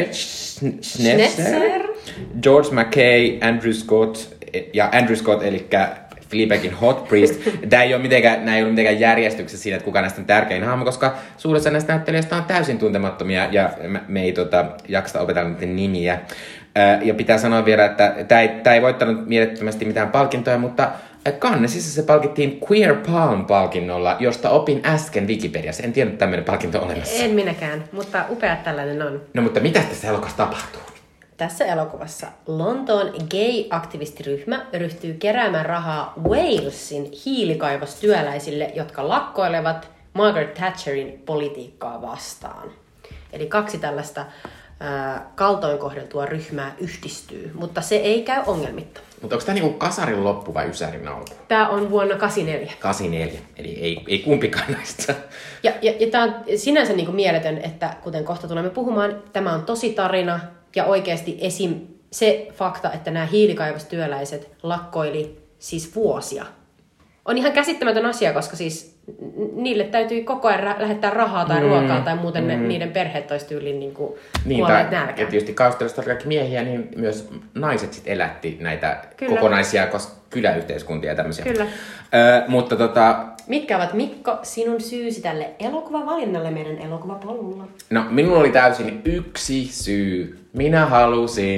Schweitzer, George McKay, Andrew Scott ja Andrew Scott, eli Fleabagin Hot Priest. Tämä ei ole mitenkään, nämä ei ole mitenkään järjestyksessä siinä, että kuka näistä on tärkein hahmo, koska suuressa näistä näyttelijöistä on täysin tuntemattomia ja me, me ei tota, jaksa opetella niiden nimiä. Ja pitää sanoa vielä, että tämä ei, tämä ei voittanut mielettömästi mitään palkintoja, mutta Cannesissa se palkittiin Queer Palm-palkinnolla, josta opin äsken Wikipediassa. En tiedä, että tämmöinen palkinto on olemassa. En minäkään, mutta upea tällainen on. No mutta mitä tässä elokuvassa tapahtuu? Tässä elokuvassa Lontoon gay-aktivistiryhmä ryhtyy keräämään rahaa Walesin hiilikaivostyöläisille, jotka lakkoilevat Margaret Thatcherin politiikkaa vastaan. Eli kaksi tällaista äh, kaltoinkohdeltua ryhmää yhdistyy, mutta se ei käy ongelmitta. Mutta onko tämä niinku kasarin loppu vai ysärin alku? Tämä on vuonna kahdeksankymmentäneljä. kahdeksankymmentäneljä, eli ei, ei kumpikaan näistä. Ja, ja, ja tämä on sinänsä niin kuin mieletön, että kuten kohta tulemme puhumaan, tämä on tosi tarina ja oikeasti esim. Se fakta, että nämä hiilikaivostyöläiset lakkoili siis vuosia. On ihan käsittämätön asia, koska siis niille täytyy koko ajan rä- lähettää rahaa tai mm, ruokaa tai muuten mm. ne, niiden perheet olisi tyyliin niin kuin niin, kuolleet ja nälkään. tietysti kaustelusta kaikki miehiä, niin myös naiset sit elätti näitä Kyllä. kokonaisia kos- kyläyhteiskuntia ja tämmöisiä. Kyllä. Ö, mutta tota, Mitkä ovat, Mikko, sinun syysi tälle elokuvavalinnalle meidän elokuvapolulla? no minulla oli täysin yksi syy. Minä halusin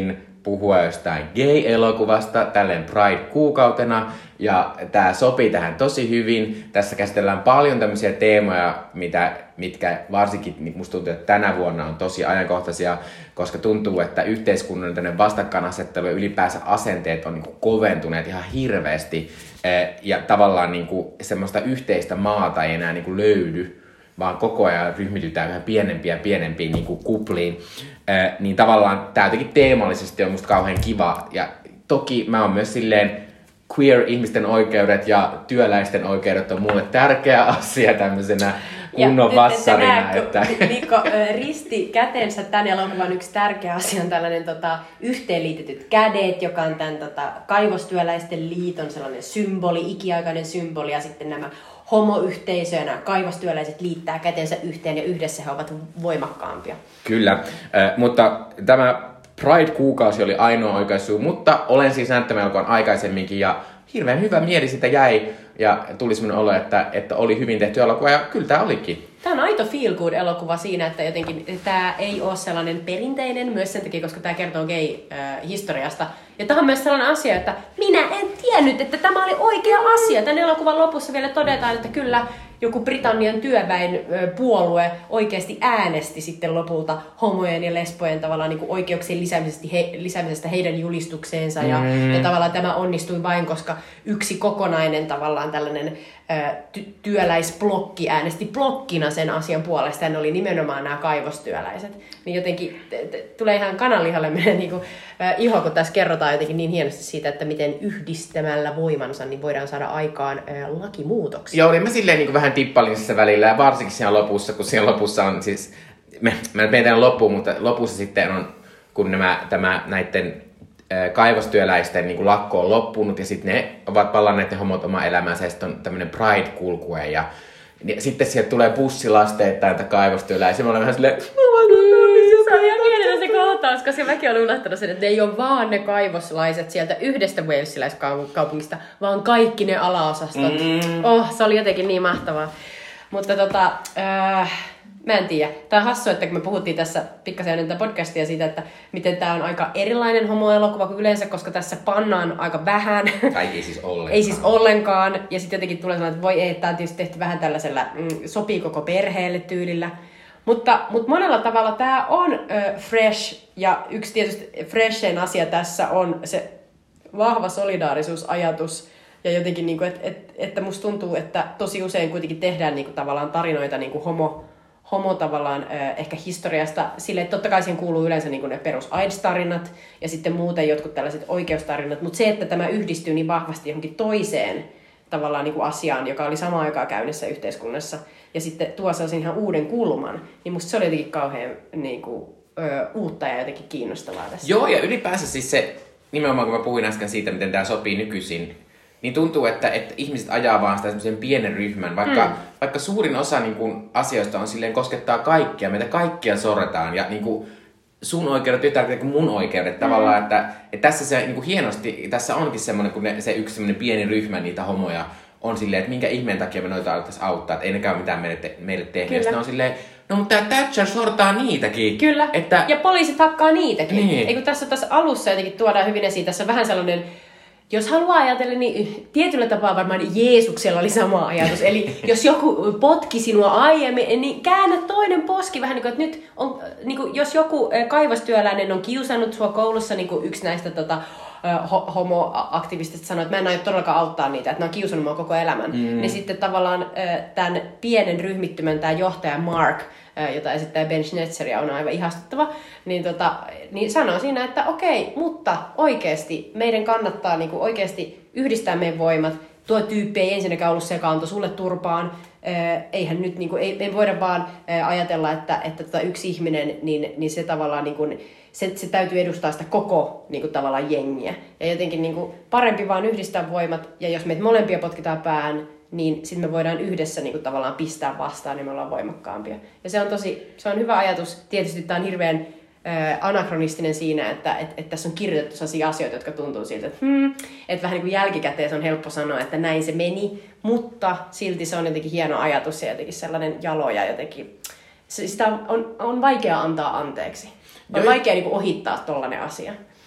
puhua jostain gay-elokuvasta tälleen Pride-kuukautena, ja tää sopii tähän tosi hyvin. Tässä käsitellään paljon tämmöisiä teemoja, mitä, mitkä varsinkin niin musta tuntuu, että tänä vuonna on tosi ajankohtaisia, koska tuntuu, että yhteiskunnallinen vastakkainasettelu ja ylipäänsä asenteet on niin kuin koventuneet ihan hirveästi, ja tavallaan niin kuin semmoista yhteistä maata ei enää niin kuin löydy, vaan koko ajan ryhmitytään vähän pienempiä ja pienempiin niin kuin kupliin. Äh, niin tavallaan tää jotenkin teemallisesti on musta kauhean kiva. Ja toki mä oon myös silleen, queer-ihmisten oikeudet ja työläisten oikeudet on mulle tärkeä asia tämmöisenä kunnon vassarina. Että Mikko risti kätensä tämän elokuvan yksi tärkeä asia on tällainen tota, yhteenliitetyt kädet, joka on tämän tota, kaivostyöläisten liiton sellainen symboli, ikiaikainen symboli, ja sitten nämä homoyhteisö ja nämä kaivostyöläiset liittää kätensä yhteen ja yhdessä he ovat voimakkaampia. Kyllä, äh, mutta tämä Pride-kuukausi oli ainoa oikaisu, mutta olen siis nähnyt tämän elokuvan aikaisemminkin ja hirveän hyvä mieli sitä jäi ja tuli semmoinen olo, että, että oli hyvin tehty elokuva ja kyllä tämä olikin. Tämä on aito feel-good-elokuva siinä, että jotenkin tämä ei ole sellainen perinteinen myös sen takia, koska tämä kertoo gay-historiasta. Ja tämä on myös sellainen asia, että minä en tiennyt, että tämä oli oikea asia. Tämän elokuvan lopussa vielä todetaan, että kyllä joku Britannian työväenpuolue oikeasti äänesti sitten lopulta homojen ja lesbojen tavallaan niin kuin oikeuksien lisäämisestä, he, lisäämisestä heidän julistukseensa. Ja, mm. ja tavallaan tämä onnistui vain, koska yksi kokonainen tavallaan tällainen ty- työläisblokki äänesti blokkina sen asian puolesta, ja ne oli nimenomaan nämä kaivostyöläiset. Niin jotenkin t- t- tulee ihan kananlihalle meidän niin kuin, äh, iho, kun tässä kerrotaan jotenkin niin hienosti siitä, että miten yhdistämällä voimansa niin voidaan saada aikaan äh, lakimuutoksia. Joo, niin mä silleen niin kuin vähän tippalinsissä välillä, ja varsinkin siinä lopussa, kun siinä lopussa on siis, me, mä menen tämän loppuun, mutta lopussa sitten on, kun nämä, tämä näiden kaivostyöläisten niin kuin lakko on loppunut ja sitten ne ovat palanneet ne homot omaa elämäänsä ja sitten on tämmöinen Pride-kulkue ja, ja sitten sieltä tulee bussilasteittain näitä kaivostyöläisiä. Mä olen vähän silleen, oh my god, se on ihan mielellä se kohtaus, koska mäkin olen unohtanut sen, että ne ei ole vaan ne kaivoslaiset sieltä yhdestä walesiläiskaupungista, vaan kaikki ne alaosastot. Mm. Oh, se oli jotenkin niin mahtavaa. Mutta tota, äh, mä en tiedä. Tää on hassua, että kun me puhuttiin tässä pikkasen ennen tätä podcastia siitä, että miten tää on aika erilainen homoelokuva kuin yleensä, koska tässä pannaan aika vähän. Tai ei siis ollenkaan. Ei siis ollenkaan. Ja sitten jotenkin tulee sellainen, että voi ei, tää on tietysti tehty vähän tällaisella mm, sopii koko perheelle tyylillä. Mutta, mutta monella tavalla tää on ö, fresh, ja yksi tietysti freshen asia tässä on se vahva solidaarisuusajatus. Ja jotenkin, niin kuin, että, että, että musta tuntuu, että tosi usein kuitenkin tehdään niin kuin, tavallaan tarinoita niin kuin homo, homo tavallaan äh, ehkä historiasta silleen, että totta kai siihen kuuluu yleensä niin kuin ne perus AIDS-tarinat ja sitten muuten jotkut tällaiset oikeustarinat, mutta se, että tämä yhdistyy niin vahvasti johonkin toiseen tavallaan niin kuin asiaan, joka oli samaan aikaan käynnissä yhteiskunnassa ja sitten tuo sellaisen ihan uuden kulman, niin musta se oli jotenkin kauhean niin kuin, ö, uutta ja jotenkin kiinnostavaa tässä. Joo, ja ylipäänsä siis se, nimenomaan kun mä puhuin äsken siitä, miten tämä sopii nykyisin, niin tuntuu, että, että ihmiset ajaa vaan sitä semmoisen pienen ryhmän, vaikka, mm. vaikka suurin osa niin kun, asioista on silleen koskettaa kaikkia, meitä kaikkia sorretaan ja niin kun, sun oikeudet yhtä tärkeitä kuin mun oikeudet mm. tavallaan, että, että tässä se niin kun, hienosti, tässä onkin semmoinen, kun ne, se yksi semmoinen pieni ryhmä niitä homoja on silleen, että minkä ihmeen takia me noita alettaisiin auttaa, että ei nekään mitään meille, te, meille tehdä. Ja sitten on silleen, no mutta tää Thatcher sortaa niitäkin. Kyllä, että, ja poliisit hakkaa niitäkin. Niin. Eikö tässä, tässä alussa jotenkin tuodaan hyvin esiin, tässä on vähän sellainen, jos haluaa ajatella, niin tietyllä tapaa varmaan Jeesuksella oli sama ajatus. Eli jos joku potki sinua aiemmin, niin käännä toinen poski vähän niin kuin, että nyt on, niin kuin, jos joku kaivostyöläinen on kiusannut sua koulussa, niin kuin yksi näistä tota, homoaktivistista sanoi, että mä en aio todellakaan auttaa niitä, että ne on kiusannut mua koko elämän. Mm. Niin sitten tavallaan tämän pienen ryhmittymän, tämä johtaja Mark, jota esittää Ben Schnetzer ja on aivan ihastuttava, niin, tota, niin sanoo siinä, että okei, mutta oikeasti meidän kannattaa niinku oikeasti yhdistää meidän voimat. Tuo tyyppi ei ensinnäkään ollut sekaanto sulle turpaan. Eihän nyt, niinku, ei, ei voida vaan ajatella, että, että tota yksi ihminen, niin, niin se tavallaan niinku, se, se täytyy edustaa sitä koko niinku, tavallaan jengiä. Ja jotenkin niinku, parempi vaan yhdistää voimat, ja jos meitä molempia potkitaan päähän, niin sitten me voidaan yhdessä niin kuin, tavallaan pistää vastaan, niin me ollaan voimakkaampia. Ja se on tosi, se on hyvä ajatus. Tietysti tämä on hirveän äh, anakronistinen siinä, että et, et tässä on kirjoitettu sellaisia asioita, jotka tuntuu siltä, että hmm, et vähän niin kuin jälkikäteen se on helppo sanoa, että näin se meni, mutta silti se on jotenkin hieno ajatus ja jotenkin sellainen jalo ja jotenkin, se, sitä on, on, on vaikea antaa anteeksi. On Joo. vaikea niin kuin, ohittaa tollainen asia.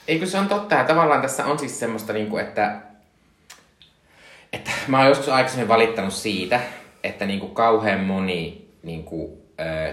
Eikö se on totta, ja tavallaan tässä on siis semmoista, niinku, että, että mä oon joskus aikaisemmin valittanut siitä, että niinku kauhean moni niinku, äh,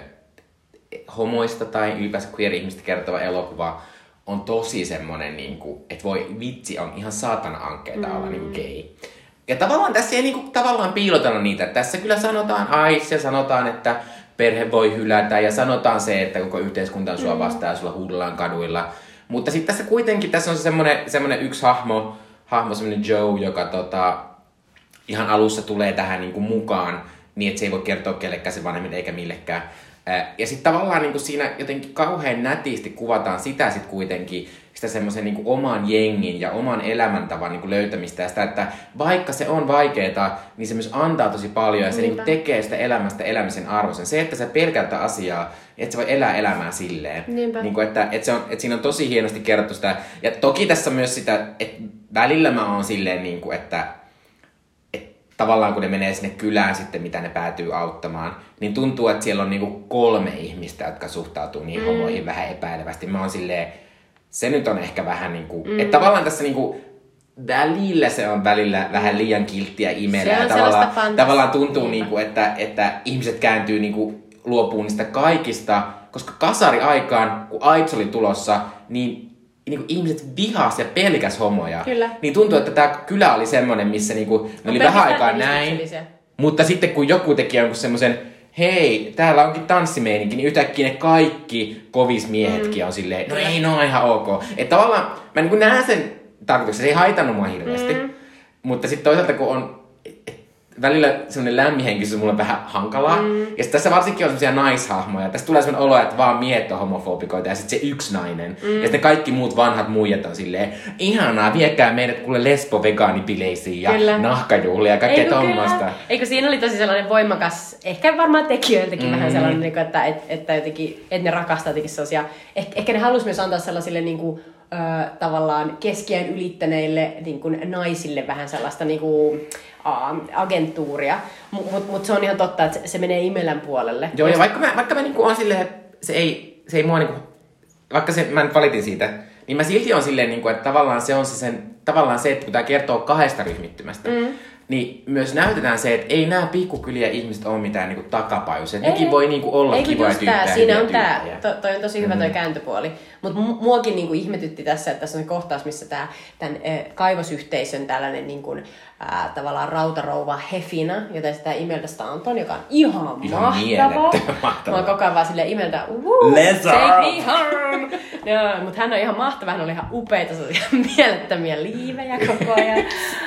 homoista tai ylipäänsä queer-ihmistä kertova elokuva on tosi semmonen, niinku, että voi vitsi, on ihan saatana ankeeta mm. olla niinku gay. Ja tavallaan tässä ei niinku, tavallaan piilotella niitä. Tässä kyllä sanotaan ais ja sanotaan, että perhe voi hylätä ja sanotaan se, että koko yhteiskunta on sua vastaan ja sulla huudellaan kaduilla. Mutta sitten tässä kuitenkin tässä on semmonen, semmonen yksi hahmo, hahmo semmonen Joe, joka tota, ihan alussa tulee tähän niinku mukaan niin, että se ei voi kertoa kellekään se vanhemmille eikä millekään. Ja sitten tavallaan niinku siinä jotenkin kauhean nätisti kuvataan sitä sit kuitenkin, sitä semmoisen niinku oman jengin ja oman elämäntavan niinku löytämistä ja sitä, että vaikka se on vaikeeta, niin se myös antaa tosi paljon ja se niinku tekee sitä elämästä elämisen arvoisen. Se, että sä pelkäätä asiaa, että sä voi elää elämää silleen. Niinku, että, että, se on, että siinä on tosi hienosti kerrottu sitä. Ja toki tässä on myös sitä, että välillä mä oon silleen, niinku, että tavallaan kun ne menee sinne kylään sitten, mitä ne päätyy auttamaan, niin tuntuu, että siellä on niinku kolme ihmistä, jotka suhtautuu niin mm. homoihin vähän epäilevästi. Mä oon silleen, se nyt on ehkä vähän niinku, mm. että tavallaan tässä niinku välillä se on välillä vähän liian kilttiä imelää. Ja tavallaan, tavallaan tuntuu niinku, että, että ihmiset kääntyy niinku luopuun niistä kaikista, koska kasari-aikaan, kun AIDS oli tulossa, niin niinku ihmiset vihas ja pelkäs homoja. Kyllä. Niin tuntuu, että tää kylä oli semmonen, missä niinku, ne oli vähän aikaa näin. Mutta sitten kun joku teki jonkun semmosen, hei, täällä onkin tanssimeininki, niin yhtäkkiä ne kaikki kovismiehetkin mm. on silleen, no ei, no ihan ok. Että tavallaan mä niinku näen sen tarkoituksen, se ei haitannut mua hirveästi. Mm. Mutta sitten toisaalta kun on välillä semmoinen lämmihenkisyys mulle vähän hankalaa. Mm. Ja sitten tässä varsinkin on semmoisia naishahmoja. Tässä tulee semmoinen olo, että vaan miehet on homofobikoita ja sitten se yksi nainen. Mm. Ja sitten kaikki muut vanhat muijat on silleen, ihanaa, viekää meidät kuule lesbo-vegaanipileisiin ja Kyllä. nahkajuhlia ja kaikkea tommasta. Eikö siinä oli tosi sellainen voimakas, ehkä varmaan tekijöiltäkin mm. vähän sellainen, että, että, jotenkin, että ne rakastaa jotenkin sellaisia. Eh, ehkä ne halusi myös antaa sellaisille niin kuin, Ö, tavallaan keskiään ylittäneille niin kuin naisille vähän sellaista niin kuin, uh, agenttuuria, mutta mut, mut se on ihan totta, että se, se menee imelän puolelle. Joo, ja vaikka mä, vaikka mä niin kuin on silleen, se ei, se ei mua niin kuin, vaikka se, mä nyt valitin siitä, niin mä silti on silleen, niin kuin, että tavallaan se on se sen, tavallaan se, että kun tää kertoo kahdesta ryhmittymästä, mm. niin myös näytetään se, että ei nämä pikkukylien ihmiset ole mitään niinku takapajuisia. Nekin voi niinku olla ei, kivoja tyyppejä. Siinä on tää. To, toi on tosi hyvä toi mm. kääntöpuoli. Mutta muakin niinku ihmetytti tässä, että tässä on kohtaus, missä tää, tämän äh, kaivosyhteisön tällainen niinku, äh, tavallaan rautarouva Hefina, jota sitä imeltä Stanton, joka on ihan, ihan mahtava. Mä oon koko ajan vaan silleen imeltä, take me home! No, mutta hän on ihan mahtava, hän oli ihan upeita, mielettömiä liivejä koko ajan.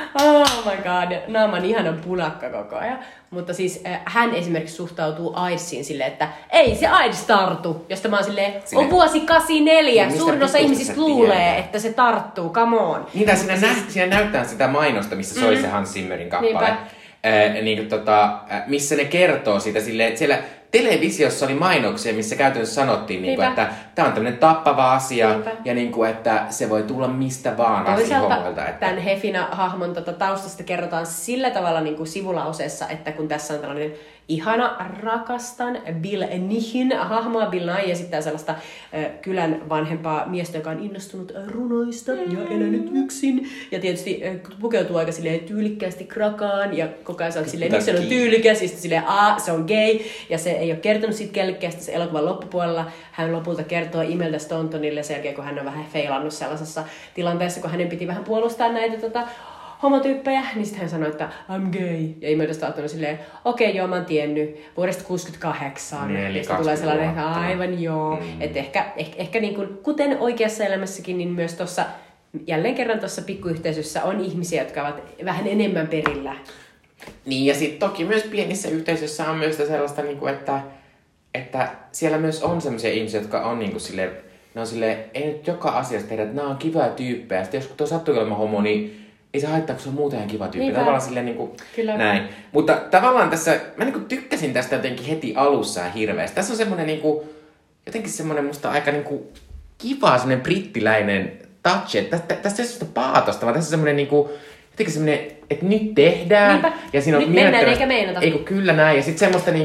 Oh my god, naaman ihanan punakka koko ajan. Mutta siis äh, hän esimerkiksi suhtautuu AIDSiin silleen, että ei se AIDS tartu. Josta mä oon silleen, Sille... on vuosi kahdeksankymmentäneljä, niin suurin osa ihmisistä luulee, tiedä. Että se tarttuu, come on. Niitä siinä, siis... nä- siinä näyttää sitä mainosta, missä soi mm. se Hans Zimmerin kappale. Äh, niin, tota, äh, missä ne kertoo siitä silleen, että siellä televisiossa oli mainoksia, missä käytännössä sanottiin, niin kuin, että tämä on tämmöinen tappava asia Niinpä. Ja niin kuin, että se voi tulla mistä vaan asiahomoilta. Että... Tämän Hefina-hahmon tota, taustasta kerrotaan sillä tavalla niin kuin sivulauseessa, että kun tässä on tällainen ihana rakastan Bill Nihin hahmoa, Bill Nye esittää sellaista äh, kylän vanhempaa miestä, joka on innostunut runoista ja elänyt yksin. Ja tietysti äh, pukeutuu aika silleen tyylikkäästi krakaan ja koko ajan se on silleen, se on tyylikäs, ja sitten silleen, a, se on gay. Ja se ei ole kertonut siitä kellekään se elokuvan loppupuolella. Hän lopulta kertoo Imelda Stauntonille sen jälkeen, kun hän on vähän feilannut sellaisessa tilanteessa, kun hänen piti vähän puolustaa näitä tota, homotyyppejä, niin sitten hän sanoi, että I'm gay. Ja Imelda Staunton on silleen, okei, okay, joo, mä oon tiennyt vuodesta kuusikymmentäkahdeksan. Niin, ja sitten tulee sellainen, että aivan joo. Mm. Että ehkä, ehkä, ehkä niin kuin, kuten oikeassa elämässäkin, niin myös tuossa, jälleen kerran tuossa pikkuyhteisössä on ihmisiä, jotka ovat vähän enemmän perillä. Niin, ja sitten toki myös pienissä yhteisöissä on myös sellaista, että, että siellä myös on sellaisia ihmisiä, jotka on niin kuin silleen, ne on silleen, ei nyt joka asiasta tehdä, että nämä on kivoja tyyppejä. Sitten jos tuo sattuu olemaan homo, niin ei se haittaa, kun se on muuten ihan kiva tyyppi. Tavallaan silleen niin kuin näin. Mutta tavallaan tässä, mä niin kuin tykkäsin tästä jotenkin heti alussa hirveästi. Tässä on semmoinen niin kuin, jotenkin semmoinen musta aika niin kuin kiva semmoinen brittiläinen touch. Tässä, tässä ei ole sellaista paatosta, vaan tässä on semmoinen niin kuin, jotenkin semmoinen, että nyt tehdään. Niinpä. Ja siinä on nyt mennään eikä meinata. Ei kun kyllä näin. Ja sitten semmoista niinku,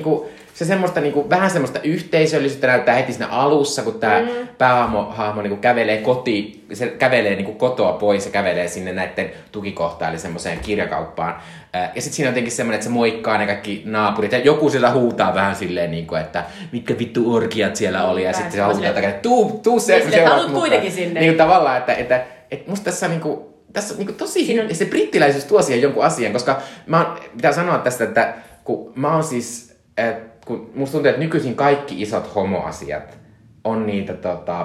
se semmoista niinku, vähän semmoista yhteisöllisyyttä näyttää heti siinä alussa, kun tää mm. päähahmo niinku kävelee koti, se kävelee niinku kotoa pois ja kävelee sinne näitten tukikohtaan, eli semmoiseen kirjakauppaan. Ja sitten siinä on jotenkin semmoinen, että se moikkaa ne kaikki naapurit, ja joku siellä huutaa vähän silleen, niinku, että mitkä vittu orkiat siellä oli, ja sitten se huutaa, että tuu, tuu se, ja sille, haluat kuitenkin sinne. Niin tavallaan, että, että, että musta tässä niinku, tässä on niinku tosi on... se brittiläisyys tuo siihen jonkun asian, koska mä pitää sanoa tästä, että kun mä oon siis, äh, kun musta tuntuu, että nykyisin kaikki isot homoasiat on niitä tota,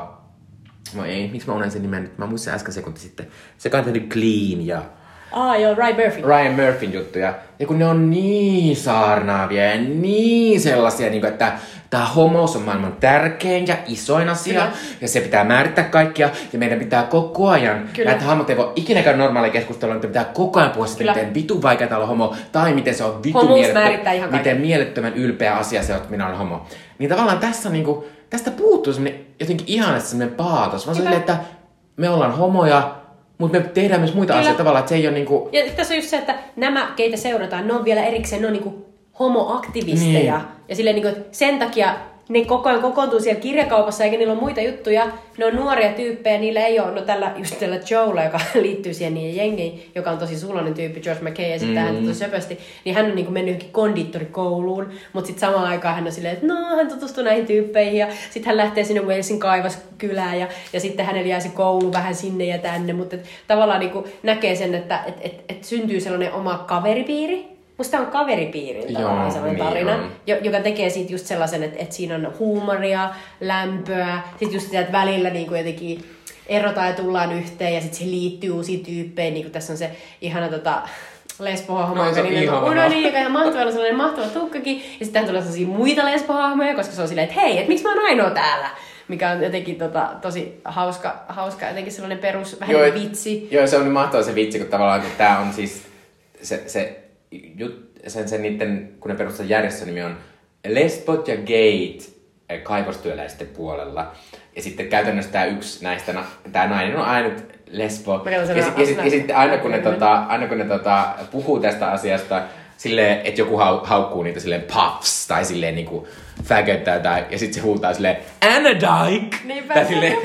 no ei, miksi mä unen sen nimen nyt, mä muistin äsken sekunti sitten, se kai tehnyt Clean ja Ah, joo, Ryan Murphy. Ryan Murphyn juttuja. Ja kun ne on niin saarnaavia ja niin sellaisia, niin kuin, että tämä homous on maailman tärkein ja isoin asia. Kyllä. Ja se pitää määrittää kaikkia. Ja meidän pitää koko ajan, Kyllä. näitä hahmot ei voi ikinä käydä normaalia keskustelua, että pitää koko ajan puhua sitten, miten vitun vaikeaa olla homo. Tai miten se on vitun mielettömän, miten mielettömän ylpeä asia se on, että minä olen homo. Niin tavallaan tässä niin kuin, tästä puuttuu semmoinen jotenkin ihanasti semmoinen paatos. Vaan silleen, että me ollaan homoja. Mutta me tehdään myös muita Kyllä. asioita tavallaan, että se ei ole niinku... Ja tässä on just se, että nämä, keitä seurataan, ne on vielä erikseen, ne on niinku homoaktivisteja. Niin. Ja silleen niinku, sen takia ne koko ajan kokoontuu siellä kirjakaupassa, eikä niillä ole muita juttuja. Ne on nuoria tyyppejä, niillä ei ole, no tällä, just tällä Joella, joka liittyy siihen niiden jengiin, joka on tosi suloinen tyyppi, George McKay, ja sitten mm. hän tosi söpösti, niin hän on niinku mennyt johonkin kondiittorikouluun, mutta sitten samaan aikaan hän on silleen, että no, hän tutustuu näihin tyyppeihin, ja sitten hän lähtee sinne Walesin kaivoskylään, ja, ja sitten hänellä jää se koulu vähän sinne ja tänne, mutta et, tavallaan niinku näkee sen, että et, et, et syntyy sellainen oma kaveripiiri. Musta on kaveripiirin tavallaan sellainen niin tarina, on. joka tekee siitä just sellaisen, että, että siinä on huumoria, lämpöä, sit just sitä, että välillä niin kuin jotenkin erotaan ja tullaan yhteen ja sitten se liittyy uusiin tyyppeihin, niin kuin tässä on se ihana tota, lesbohahmo, joka niin on Unoni, joka ihan mahtava, sellainen mahtava tukkakin, ja sitten tulee sellaisia muita lesbohahmoja, koska se on silleen, että hei, että miksi mä oon ainoa täällä? Mikä on jotenkin tota, tosi hauska, hauska, jotenkin sellainen perus, vähän joo, vitsi. Joo, se on niin mahtava se vitsi, kun tavallaan kun tää on siis se, se Jut, sen, sen niitten, kun ne perustaa järjestön nimi on Lesbot ja Gate kaivostyöläisten puolella. Ja sitten käytännössä tämä yksi näistä, tämä nainen on ainut lesbo. Ja, sit, ja, sit, ja sitten aina kun ne, tota, aina kun ne tota, puhuu tästä asiasta silleen, että joku hau, haukkuu niitä silleen puffs tai silleen niinku fagöttää tai, ja sitten se huutaa silleen Anna Dyke! Niinpä. Tai silleen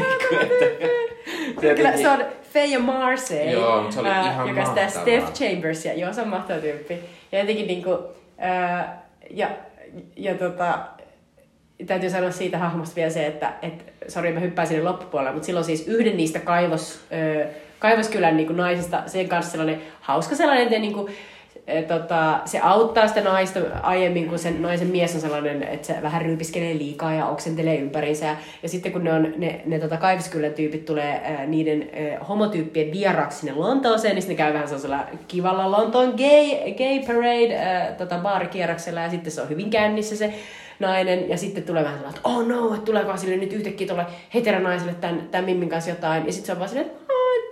Kyllä se on Faye Marsay, joo, se oli ää, ihan joka sitä Steph Chambers, ja joo, se on mahtava tyyppi. Ja jotenkin niinku, ää, ja, ja tota, täytyy sanoa siitä hahmosta vielä se, että, et, sori mä hyppään sinne loppupuolelle, mutta silloin siis yhden niistä kaivos, ää, kaivoskylän niinku naisista, sen kanssa sellainen hauska sellainen, että niinku, Tota, se auttaa sitä naista aiemmin, kun sen naisen mies on sellainen, että se vähän ryypiskelee liikaa ja oksentelee ympärinsä. Ja, ja sitten kun ne, on, ne, ne tota, kaivoskylän tyypit tulee ää, niiden ää, homotyyppien vieraksi sinne Lontooseen, niin sitten ne käy vähän sellaisella kivalla Lontoon gay, gay parade ää, tota, baarikierroksella, ja sitten se on hyvin kännissä se nainen, ja sitten tulee vähän sellainen, että oh no, että tuleekohan sille nyt yhtäkkiä tuolle heteronaiselle tämän, tämän Mimmin kanssa jotain, ja sitten se on vaan silleen, että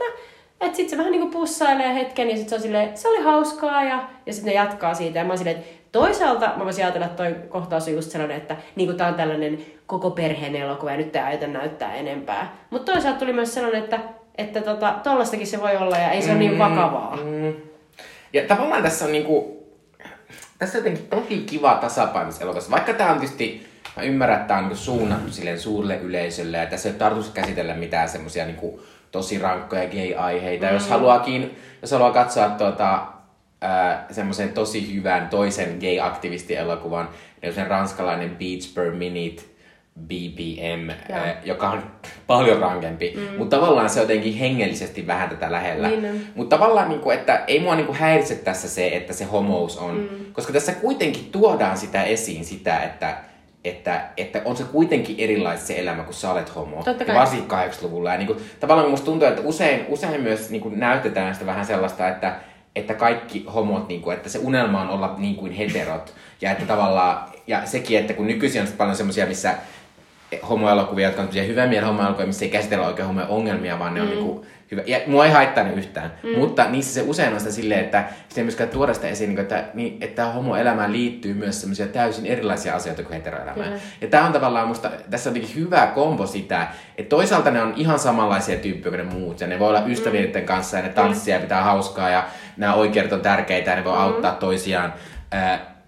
Että sit se vähän niinku pussailee hetken ja sit se on silleen, se oli hauskaa ja, ja sit ne jatkaa siitä. Ja mä oon silleen, että toisaalta mä voisin ajatella, että toi kohtaus on just sellainen, että niinku tää on tällainen koko perheen elokuva ja nyt tää ei näyttää enempää. Mutta toisaalta tuli myös sellainen, että, että tota, tollastakin se voi olla ja ei se mm, ole niin vakavaa. Mm. Ja tavallaan tässä on niinku, tässä on jotenkin tosi kiva tasapainossa elokuvassa. Vaikka tää on tietysti, mä ymmärrän, että tää on niinku suunnattu silleen suurelle yleisölle ja tässä ei ole tarkoitus käsitellä mitään semmosia niinku tosi rankkoja gay-aiheita. Mm. Jos haluaakin, jos haluaa katsoa tuota, semmoisen tosi hyvän toisen gay-aktivisti-elokuvan, niin sen ranskalainen Beats per Minute, B P M, ää, joka on paljon rankempi. Mm. Mutta tavallaan se on jotenkin hengellisesti vähän tätä lähellä. Niin. Mutta tavallaan, niinku, että ei mua niinku häiritse tässä se, että se homous on. Mm. Koska tässä kuitenkin tuodaan sitä esiin, sitä, että Että, että on se kuitenkin erilaista se elämä, kun sä olet homo. Varsinkin kahdeksankymmentäluvulla. Ja niin kuin, tavallaan musta tuntuu, että usein, usein myös niin kuin näytetään sitä vähän sellaista, että, että kaikki homot, niin kuin, että se unelma on olla niin kuin heterot. Ja että tavallaan, ja sekin, että kun nykyisin on paljon semmoisia, missä homoelokuvia, jotka on semmoisia hyvän mielen homoelokuvia, missä ei käsitellä oikein homojen ongelmia, vaan ne on mm. niin kuin hyvä. Ja mua ei haittaa ne yhtään. Mm. Mutta niissä se usein on sitä silleen, että se ei myöskään tuoda sitä esiin, että, niin, että homoelämään liittyy myös semmoisia täysin erilaisia asioita kuin heteroelämään. Mm. Ja tää on tavallaan musta, tässä on jotenkin hyvä kombo sitä, että toisaalta ne on ihan samanlaisia tyyppejä kuin ne muut. Ja ne voi olla ystävien kanssa ja ne tanssia ja pitää hauskaa ja nämä oikeudet on tärkeitä ja ne voi mm. auttaa toisiaan.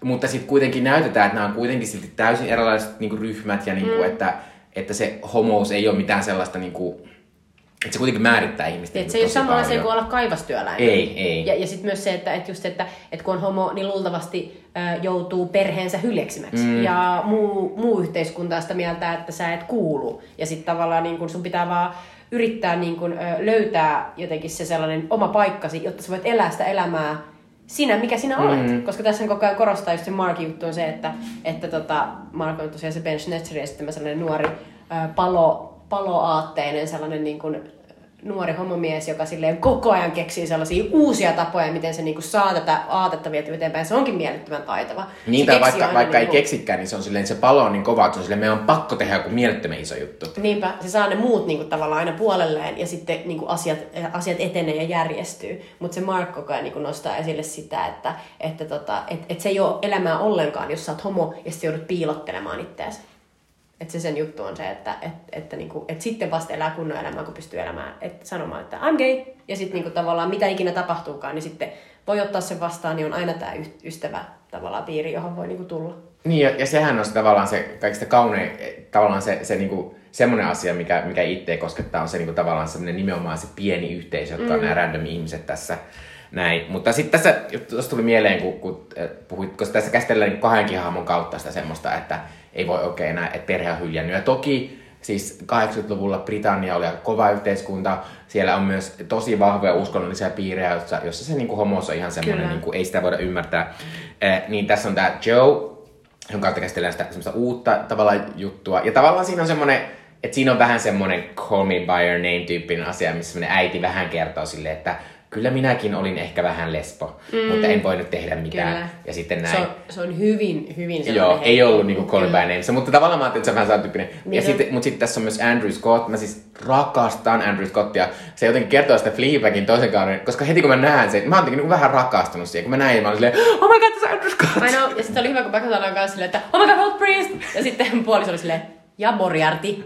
mutta sitten kuitenkin näytetään, että nämä on kuitenkin silti täysin erilaiset niinku ryhmät ja niinku, mm. että, että se homous ei ole mitään sellaista niinku, että se kuitenkin määrittää ihmistä. Että se ei ole sama asia kuin olla kaivastyöläinen. Ei, ei. Ja, ja sitten myös se, että, että, just, että, että kun on homo, niin luultavasti äh, joutuu perheensä hyljeksimäksi. Mm. Ja muu, muu yhteiskunta on sitä mieltä, että sä et kuulu. Ja sitten tavallaan niin kun sun pitää vaan yrittää niin kun, äh, löytää jotenkin se sellainen oma paikkasi, jotta sä voit elää sitä elämää sinä, mikä sinä mm. olet. Koska tässä koko ajan korostaa just se Markin juttu on se, että, että tota, Mark on tosiaan se Ben Schnetzeri ja sitten sellainen nuori äh, palo, paloaatteinen sellainen niin kuin nuori homomies, joka silleen koko ajan keksii sellaisia uusia tapoja, miten se niin kuin saa tätä aatetta vietyä eteenpäin. Se onkin mielettömän taitava. Niin, tai vaikka, vaikka niin kuin... ei keksikään, niin se on silleen, se palo on niin kova, että se on silleen, meidän on pakko tehdä joku mielettömän iso juttu. Niinpä, se saa ne muut niin kuin, tavallaan aina puolelleen ja sitten niin kuin asiat, asiat etenee ja järjestyy. Mutta se Mark koko ajan niin kuin nostaa esille sitä, että, että tota, et, et se ei ole elämää ollenkaan, jos sä oot homo ja sitten joudut piilottelemaan itseäsi. Että se sen juttu on se, että, että, että, niinku, että sitten vasta elää kunnon elämää, kun pystyy elämään. Että sanomaan, että I'm gay. Ja sitten niinku, tavallaan mitä ikinä tapahtuukaan, niin sitten voi ottaa sen vastaan, niin on aina tämä ystävä tavallaan piiri, johon voi niinku tulla. Niin, ja, ja sehän on se, tavallaan se kaikista kaunein, tavallaan se, se niinku, semmoinen asia, mikä, mikä itseä koskettaa, on se niinku, tavallaan semmoinen nimenomaan se pieni yhteisö, jotka mm. on nämä random ihmiset tässä. Näin. Mutta sitten tässä, tuossa tuli mieleen, kun, kun puhuit, koska tässä käsitellään niin kahdenkin hahmon kautta sitä semmoista, että ei voi oikein enää, että perhe on hyljännyt. Ja toki siis kahdeksankymmentäluvulla Britannia oli aika kova yhteiskunta. Siellä on myös tosi vahvoja uskonnollisia piirejä, jossa, jossa se niin kuin homous on ihan semmoinen, niin kuin, ei sitä voida ymmärtää. Eh, niin tässä on tämä Joe, jonka kautta käsitellään sitä semmoista uutta tavallaan juttua. Ja tavallaan siinä on semmoinen, että siinä on vähän semmoinen call me by your name -tyyppinen asia, missä semmoinen äiti vähän kertoo silleen, että kyllä minäkin olin ehkä vähän lesbo, mm. mutta en voinut tehdä mitään. Kyllä. Ja sitten näin. Se on, se on hyvin, hyvin sellainen. Joo, ei ollut niinku call by name. Mutta tavallaan mä ajattelin, että se on vähän samantyyppinen. Niin sitten, mutta sitten tässä on myös Andrew Scott. Mä siis rakastan Andrew Scottia. Se jotenkin kertoo sitä Fleabagin toisen kauden, koska heti kun mä näen sen, mä oon jotenkin vähän rakastunut siihen. Kun mä näin, mä olin silleen, oh my god, tässä on Andrew Scott. I know. Ja sitten oli hyvä, kun Bakatala on kanssa silleen, että oh my god, Holt Priest. Ja sitten puoliso oli silleen, ja Moriarty.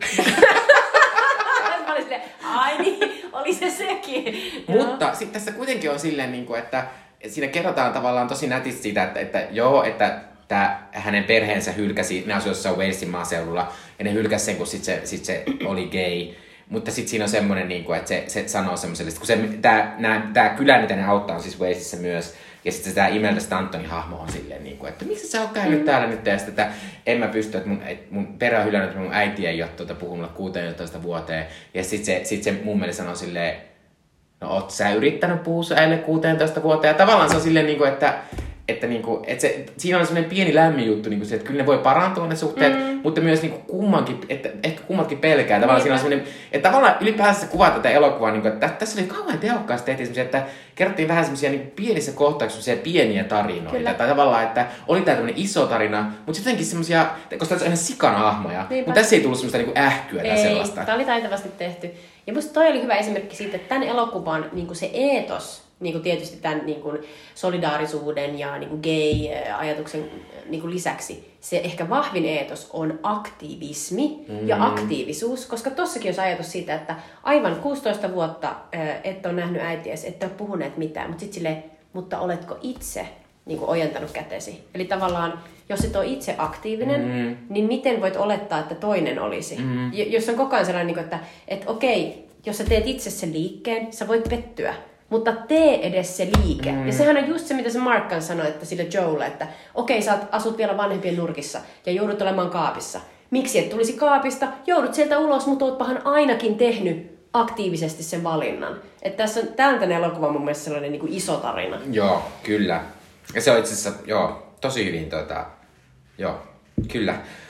Mä olin silleen, ai niin. Oli se sekin. Mutta sitten tässä kuitenkin on silleen, että siinä kerrotaan tavallaan tosi nätisti siitä, että, että joo, että tää, hänen perheensä hylkäsi, ne asui jossain Walesin maaseudulla, ja ne hylkäsi sen, kun sit se, sit se oli gay. Mutta sitten siinä on semmoinen, että se, se sanoo semmoiselle, kun se, tää, tää kylä, mitä ne auttaa, on siis Walesissa myös. Ja sitten tämä Imelda Stantonin hahmo on silleen, että miksi sä oot käynyt mm. täällä nyt? Ja sitten, että en mä pysty, että mun, et mun perä on hylännyt, että mun äiti ei ole tuota puhunut kuusitoista vuoteen. Ja sitten se, sit se mummeli sanoo silleen, no oot sä yrittänyt puhua sun äille kuusitoista vuoteen? Ja tavallaan se on silleen, että, että, niinku, että se, siinä on semmoinen pieni lämmin juttu, niinku se, että kyllä ne voi parantua ne suhteet, mm. mutta myös niinku kummankin, että ehkä kummatkin pelkää. Tavallaan siinä on semmoinen, että tavallaan ylipäänsä se kuvaa tätä elokuvaa, niinku, että tässä oli kauhean tehokkaasti tehtiin semmoisia, että kerrottiin vähän semmoisia niinku pienissä kohtauksissa pieniä tarinoita. Kyllä. Tai tavallaan, että oli tää tämmöinen iso tarina, mutta sitten jotenkin semmoisia, koska tässä on ihan sikana hahmoja, mutta tässä ei tullut semmoista niinku ähkyä tai sellaista. Tämä oli taitavasti tehty. Ja musta toi oli hyvä esimerkki siitä, että tämän elokuvan niinku se eetos, niinku tietysti tämän niinku solidaarisuuden ja niinku gay-ajatuksen niinku lisäksi, se ehkä vahvin eetos on aktivismi mm. ja aktiivisuus, koska tossakin on ajatus siitä, että aivan kuusitoista vuotta et ole nähnyt äitiäs, et ole puhuneet mitään, mutta sitten silleen, mutta oletko itse niin kuin ojentanut kätesi? Eli tavallaan, jos et ole itse aktiivinen, mm. niin miten voit olettaa, että toinen olisi? Mm. Jos on koko ajan sellainen, että, että okei, jos sä teet itse sen liikkeen, sä voit pettyä. Mutta tee edes se liike. Mm. Ja sehän on just se, mitä se Mark sanoi että sille Joelle, että okei, sä asut vielä vanhempien nurkissa ja joudut olemaan kaapissa. Miksi et tulisi kaapista? Joudut sieltä ulos, mutta ootpahan ainakin tehnyt aktiivisesti sen valinnan. Että tässä on tämän elokuva mun mielestä sellainen niin kuin iso tarina. Joo, kyllä. Ja se on itse asiassa, joo, tosi hyvin tota, joo, kyllä.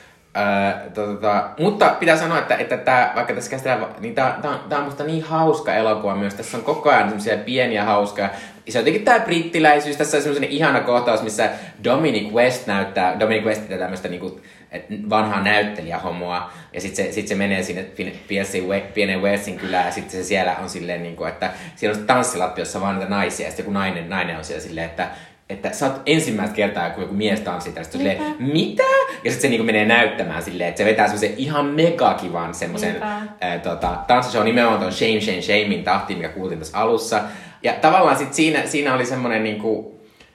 Öö, tota, mutta pitää sanoa, että, että tää, vaikka tässä käsitellään, niin tää, tää, on, tää on musta niin hauska elokuva myös. Tässä on koko ajan semmosia pieniä hauskoja. Se on jotenkin tää brittiläisyys. Tässä on semmoinen ihana kohtaus, missä Dominic West näyttää, Dominic West pitää tämmöistä niinku vanhaa näyttelijähomoa. Ja sit se, sit se menee sinne pienen Westin kylään ja sitten se siellä on silleen niinku, että siellä on tanssilattia, jossa on vaan niitä naisia. Ja sitten joku nainen, nainen on siellä silleen, että että sä oot ensimmäistä kertaa, kun joku mies tanssii tästä, silleen, mitä? Ja sitten se niinku menee näyttämään silleen, että se vetää semmoisen ihan megakivan semmoisen tota, tanssishow nimenomaan ton Shame, Shame, Shamein tahtiin, mikä kuultiin tässä alussa. Ja tavallaan sit siinä, siinä oli semmoinen niinku,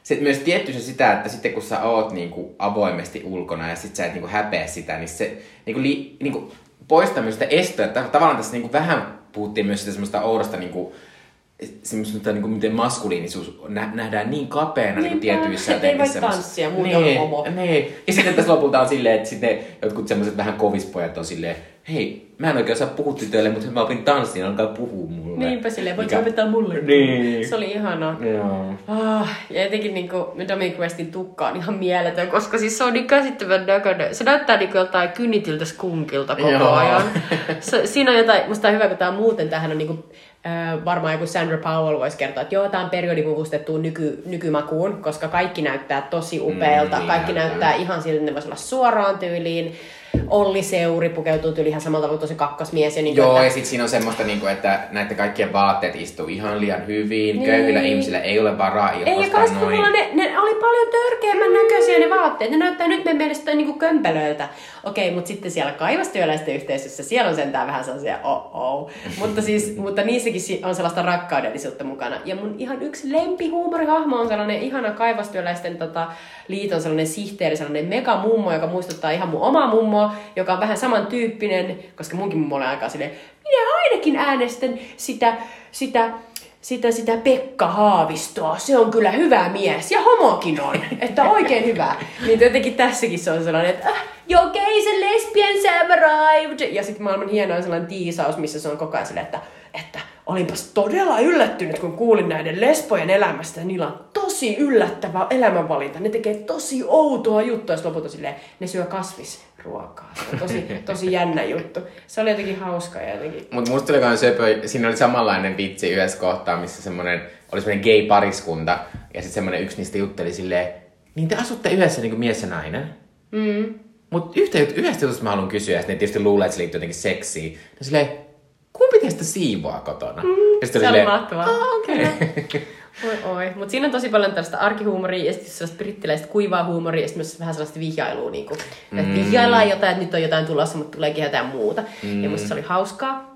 se myös tietty se sitä, että sitten kun sä oot niinku avoimesti ulkona ja sit sä et niinku häpeä sitä, niin se niinku, li, niinku poistaa myös sitä estoa. Tavallaan tässä niinku vähän puhuttiin myös sitä semmoista oudosta niinku, semmoista niinku, miten maskuliinisuus nähdään niin kapeana niin tietyissä ei voi tanssia, muuten on homo. Nee. Ja sitten tässä lopulta on silleen, että sitten jotkut semmoiset vähän kovispojat on silleen, hei, mä en oikein osaa puhua tytöille, mutta mä opin tanssia, alkaa puhua mulle. Niinpä silleen, voitko opettaa mulle? Niin. Se oli ihanaa. Joo. Ah, ja etenkin niinku Dominic Westin tukka on ihan mieletön, koska siis se on niin käsittävän näköinen. Se näyttää niinku joltain kynitiltä skunkilta koko Joo. ajan. Se, siinä on jotain, musta on hyvä, kun tää on muuten, tämähän on niinku, äh, varmaan joku Sandra Powell voisi kertoa, että joo, tää on periodipuvustettu nyky, nykymakuun, koska kaikki näyttää tosi upealta. Mm, kaikki näyttää, näyttää ihan siltä, että ne vois olla suoraan tyyliin. Olli Seuri pukeutuu tyyli ihan samalla tavalla tosi kakkosmies. Ja niin Joo, että... ja sit siinä on semmoista, niin kuin, että näiden kaikkien vaatteet istuu ihan liian hyvin. Niin. Köyhillä ihmisillä ei ole varaa ilmasta noin. Ei, ja kahdeksankymmentäluvulla ne, ne oli paljon törkeämmän näköisiä ne vaatteet. Ne näyttää nyt meidän mielestä niin kuin kömpelöiltä. Okei, mutta sitten siellä kaivostyöläisten yhteisössä, siellä on sentään vähän sellaisia oh-oh. mutta, siis, mutta niissäkin on sellaista rakkaudellisuutta mukana. Ja mun ihan yksi lempihuumorihahmo on sellainen ihana kaivostyöläisten tota, liiton sellainen sihteeri, sellainen megamummo, joka muistuttaa ihan mun omaa mummoa, joka on vähän samantyyppinen, koska munkin mummo oli aikaa silleen, minä ainakin äänestän sitä, sitä, sitä, sitä Pekka Haavistoa, se on kyllä hyvä mies, ja homokin on, että oikein hyvä. Niin jotenkin tässäkin se on sellainen, että äh, joo, okay, se lesbians have arrived. Ja sitten maailman hieno on sellainen tiisaus, missä se on koko ajan silleen, että, että olinpas todella yllättynyt, kun kuulin näiden lesbojen elämästä. Niillä on tosi yllättävä elämänvalinta. Ne tekee tosi outoa juttua, jos lopulta silleen, ne syö kasvisruokaa. Se on tosi, tosi jännä juttu. Se oli jotenkin hauska ja jotenkin... Mut musta tuli kans söpö, siinä oli samanlainen vitsi yhdessä kohtaa, missä semmonen, oli semmonen gay-pariskunta, ja sit semmonen yksi niistä jutteli silleen, niin te asutte yhdessä niinku mies ja nainen. Mm. Mut yhtä, yhdestä jutusta mä haluan kysyä, ja ne tietysti luulee, että se liittyy jotenkin seksiin. No silleen, kumpi teistä siivoaa kotona? Mm, se on silleen, mahtavaa. Ah, okei. Okay. Oi, oi. Mut siinä on tosi paljon tällaista arkihuumoria ja sitten sellaista brittiläistä kuivaa huumoria ja sitten myös vähän sellaista vihjailua. Niin kuin, mm. että vihjaillaan jotain, että nyt on jotain tulossa, mutta tuleekin jotain muuta. Mm. Ja musta se oli hauskaa.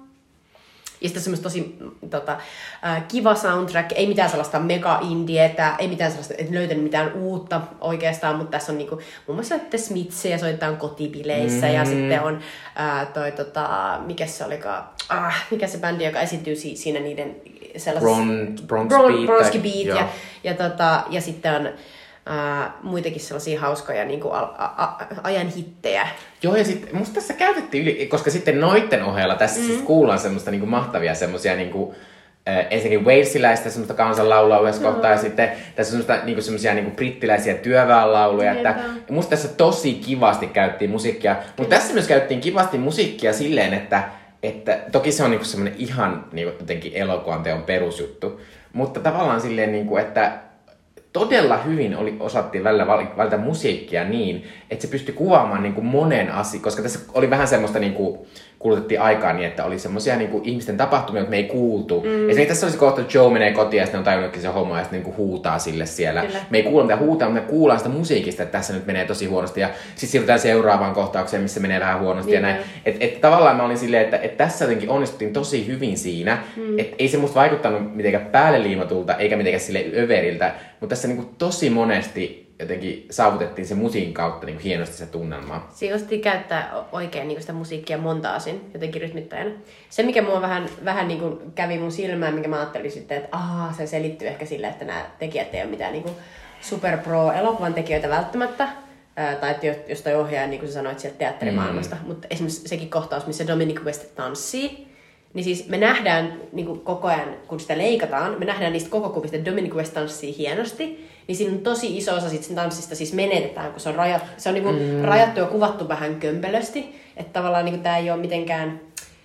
Ja sitten semmoista tosi tota, äh, kiva soundtrack, ei mitään sellaista mega-indietä, ei mitään sellaista, et löytänyt mitään uutta oikeastaan, mutta tässä on niinku, muun muassa The Smithsia soitetaan kotibileissä, mm. ja sitten on äh, toi tota, mikä se olikaan, ah, mikä se bändi, joka esiintyy si- siinä niiden sellaisessa... Bron, Bronx Bron, Beat. Bronski Beat, ja, ja, tota, ja sitten on Uh, muitakin sellaisia hauskoja niin kuin a, a, a, ajan hittejä. Joo, ja sitten musta tässä käytettiin yli, koska sitten noitten ohella tässä mm. siis kuullaan semmoista niin kuin mahtavia semmoisia niin kuin, äh, ensinnäkin walesiläistä semmoista kansanlaulua yhdessä no. kohtaa, ja sitten tässä on semmoista niin kuin semmoisia niin kuin brittiläisiä työväenlauluja, että musta tässä tosi kivasti käytettiin musiikkia, mutta tässä myös käytettiin kivasti musiikkia silleen, että, että toki se on niin kuin semmoinen ihan niin kuin jotenkin elokuvan teon perusjuttu, mutta tavallaan silleen, niin kuin, että todella hyvin oli, osattiin välillä valita musiikkia niin, että se pystyi kuvaamaan niin kuin monen asian, koska tässä oli vähän semmoista, niin kuin, kulutettiin aikaa niin, että oli semmoisia niin kuin ihmisten tapahtumia, joita me ei kuultu. Mm. Esimerkiksi tässä olisi kohta, että Joe menee kotiin ja sitten on tajunnutkin se homo ja sitten niin kuin huutaa sille siellä. Kyllä. Me ei kuulla mitä huutaa, mutta me kuullaan sitä musiikista, että tässä nyt menee tosi huonosti. Ja sitten siirrytään seuraavaan kohtaukseen, missä menee vähän huonosti niin, ja näin. Että et, tavallaan mä olin silleen, että et tässä jotenkin onnistuttiin tosi hyvin siinä. Mm. Että ei se musta vaikuttanut mitenkään päälle liimatulta, eikä mitenkään sille överiltä. Mutta tässä niin kuin tosi monesti jotenkin saavutettiin se musiikin kautta niin kuin hienosti se tunnelma. Siinä käyttää oikein niin sitä musiikkia montaasin jotenkin rytmittäjänä. Se, mikä mua vähän, vähän niin kuin kävi mun silmään, minkä mä ajattelin sitten, että aah, se selittyy ehkä sille, että nämä tekijät ei ole mitään niin kuin super pro elokuvan tekijöitä välttämättä. Ää, tai että jos toi ohjaaja, niin kuin sä sanoit, sieltä teatterimaailmasta. Mm. Mutta esimerkiksi sekin kohtaus, missä Dominic West tanssii, niin siis me nähdään niin kuin koko ajan, kun sitä leikataan, me nähdään niistä koko kuvista, että Dominic West tanssii hienosti, niin siinä on tosi iso osa siitä tanssista siis menetetään, kun se on, rajat, se on niin kuin mm. rajattu ja kuvattu vähän kömpelösti, että tavallaan niin kuin tämä ei ole mitenkään,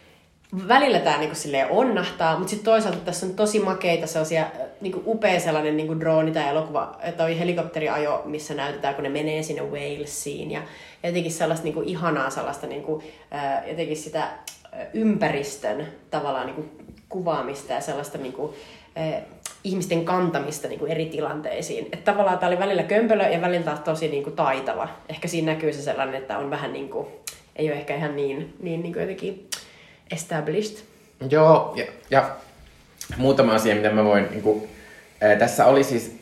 välillä tämä niin kuin silleen onnahtaa, mutta sitten toisaalta tässä on tosi makeita sellaisia, niin kuin upea sellainen niin kuin drooni tai elokuva, toi helikopteriajo, missä näytetään, kun ne menee sinne Walesiin ja jotenkin sellaista niin kuin ihanaa sellaista niin kuin, jotenkin sitä ympäristön tavallaan niin kuin kuvaamista ja sellaista niin kuin, eh, ihmisten kantamista niin kuin eri tilanteisiin. Että tavallaan tämä oli välillä kömpelö ja välillä taas tosi niin kuin taitava. Ehkä siinä näkyy se sellainen, että on vähän niin kuin, ei ole ehkä ihan niin, niin, niin kuin jotenkin established. Joo, ja, ja muutama asia, mitä mä voin, niin kuin, äh, tässä oli siis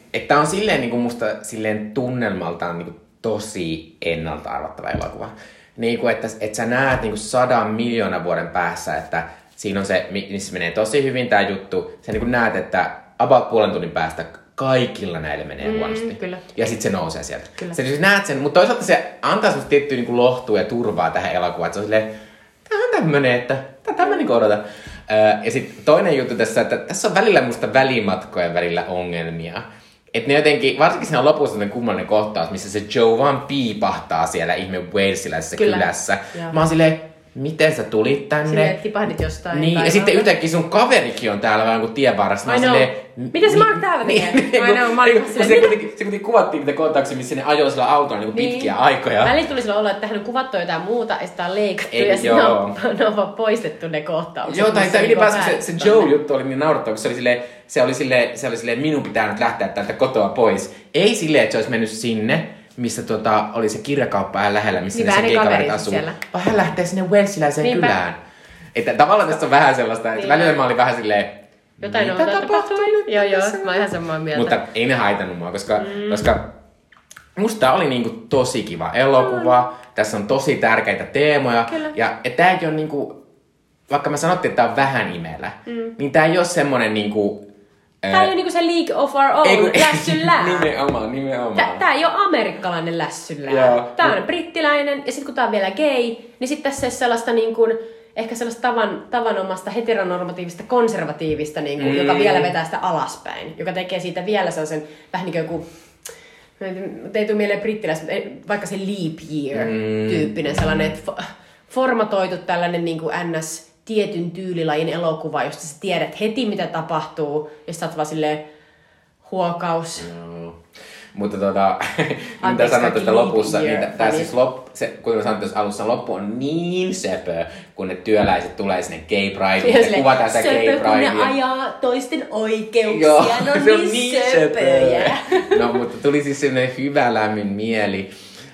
että on silleen niin kuin musta silleen tunnelmaltaan niin kuin tosi ennalta arvattava elokuva. Niin kuin, että, että sä näet niin kuin sadan miljoonan vuoden päässä, että siinä on se, missä menee tosi hyvin tää juttu. Sä niin kuin näet, että about puolen tunnin päästä kaikilla näillä menee mm, huonosti. Kyllä. Ja sitten se nousee sieltä. Kyllä. Sä siis näet sen, mutta toisaalta se antaa semmoista tiettyä niin kuin lohtua ja turvaa tähän elokuvaan. Että se on silleen, tää on tämmönen, että tätä mä niin odotan. Öö, ja sitten toinen juttu tässä, että tässä on välillä musta välimatkojen välillä ongelmia. Että ne jotenkin, varsinkin siinä lopussa on kummallinen kohtaus, missä se Joe vaan piipahtaa siellä ihme walesiläisessä kylässä. Ja. Mä oon silleen, miten sä tulit tänne? Silleen, että tipahdit jostain. Niin, ja sitten yhtäkkiä sun kaverikin on täällä vähän kuin tienvarressa. I know. Silleen, mitä se Mark täällä tekee? I know, mä olin silleen. Se kuitenkin kuvattiin niitä kohtauksia, missä ne ajoi sillä autolla niin niin. pitkiä aikoja. Välillä tuli sillä olla, että hän on kuvattu jotain muuta, ja sitä on leikattu, Ei, ja sitten on, ne on vaan poistettu ne kohtaukset. Joo, tai ylipäänsä se, se Joe-juttu oli niin naurattava, kun se oli silleen, se oli silleen, se oli silleen, minun pitää nyt lähteä täältä kotoa pois. Ei silleen, että se olisi mennyt sinne, missä tota, oli se kirjakauppa ihan lähellä, missä niin ne sen kaverit asuu. Siellä. Vaan hän lähtee sinne walesiläiseen Niinpä. kylään. Että tavallaan tässä on vähän sellaista, että niin. välillä mä olin vähän silleen, jotain mitä tapahtui? Joo, joo, mä oon ihan samaa mieltä. Mutta ei ne haitannut mua, koska, mm. koska musta tää oli niinku tosi kiva elokuva. Mm. Tässä on tosi tärkeitä teemoja. Kyllä. Ja tääkin on niinku, vaikka mä sanottiin, että tää on vähän imellä, mm. niin tää ei oo semmonen niinku... Tää ei oo niinku se League of Our Own lässyllää. nimenomaan, nimenomaan. Tää, tää ei oo amerikkalainen lässyllää. Tää on brittiläinen, ja sit kun tää on vielä gay, niin sit tässä ei sellaista niinku... ehkä sellaista tavan, tavanomasta, heteronormatiivista, konservatiivista, niin kuin, mm. joka vielä vetää sitä alaspäin. Joka tekee siitä vielä sellaisen, vähän niin kuin joku, ei tule mieleen brittiläis, vaikka se leap year-tyyppinen, mm. sellainen, että formatoitu tällainen niin kuin ns. Tietyn tyylilajin elokuva, josta sä tiedät heti, mitä tapahtuu, ja sä oot vaan silleen huokaus. No. Mutta tota, mitä sanoit, että lopussa, niin tää siis lop, se, kuten sanoit, että alussa loppu on niin söpö, kun ne työläiset tulee sinne gay prideen, ja kuvataan sitä gay pridea. Söpö, kun ne ajaa toisten oikeuksia, Joo, ne on, se on niin, niin söpöjä. No, mutta tuli siis semmoinen hyvä lämmin mieli.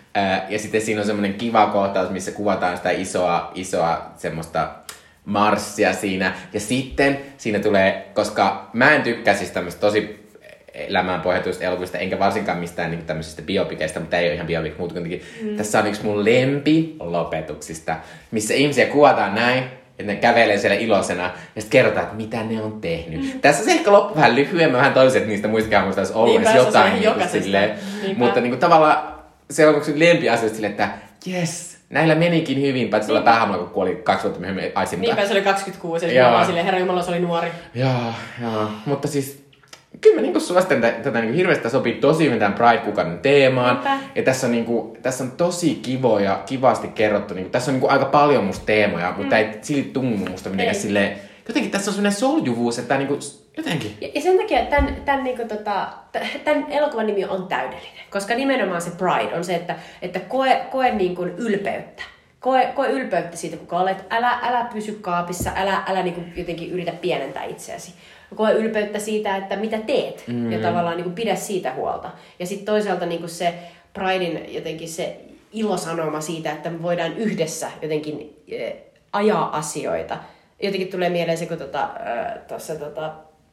Ja sitten siinä on semmoinen kiva kohtaus, missä kuvataan sitä isoa, isoa semmoista marssia siinä. Ja sitten siinä tulee, koska mä en tykkää siis tämmöistä tosi elämään pohjautuista elokuvista, enkä varsinkaan mistään niin tämmöisistä biopikeista, mutta ei ole ihan biopik, mutta kuitenkin. Mm. Tässä on yksi mun lempilopetuksista, missä ihmisiä kuvataan näin, että ne kävelee siellä iloisena, ja sitten kerrotaan, että mitä ne on tehnyt. Mm. Tässä se ehkä loppu vähän lyhyemmän, vähän toiset, että niistä muistakaan muista olisi ollut edes jotain. Niin silleen, mutta niin kuin, tavallaan se on yksi lempiasioista silleen, että jes, näillä menikin hyvin, paitsi tuolla päähahmolla, kun kuoli kaksi vuotta myöhemmin Aisin. Niinpä se oli kaksikymmentäkuusi, eli mä silleen, herra jumala, se oli nuori. Joo, joo, mutta siis kyllä mä niinku suosittelen tätä niinku hirveästi sopii tosi hyvin tämän Pride-kuukauden teemaan. Niinpä. Ja tässä on, niinku, tässä on tosi kivoja, kivasti kerrottu. Niinku, tässä on niinku aika paljon musta teemoja, mm. mutta ei silti tunnu musta mitenkään silleen. Jotenkin tässä on sellainen soljuvuus, että niinku, jotenkin. Ja, ja sen takia tämän, tämän, niinku, tota, tämän elokuvan nimi on täydellinen. Koska nimenomaan se Pride on se, että, että koe, koe niinku ylpeyttä. Koe, koe ylpeyttä siitä, kuka olet. Älä, älä pysy kaapissa, älä, älä niinku jotenkin yritä pienentää itseäsi. Koe ylpeyttä siitä, että mitä teet, mm-hmm. ja tavallaan niin kuin pidä siitä huolta. Ja sitten toisaalta niin kuin se Pridein jotenkin se ilosanoma siitä, että me voidaan yhdessä jotenkin äh, ajaa asioita. Jotenkin tulee mieleen se, kun tota, äh, tuossa tota,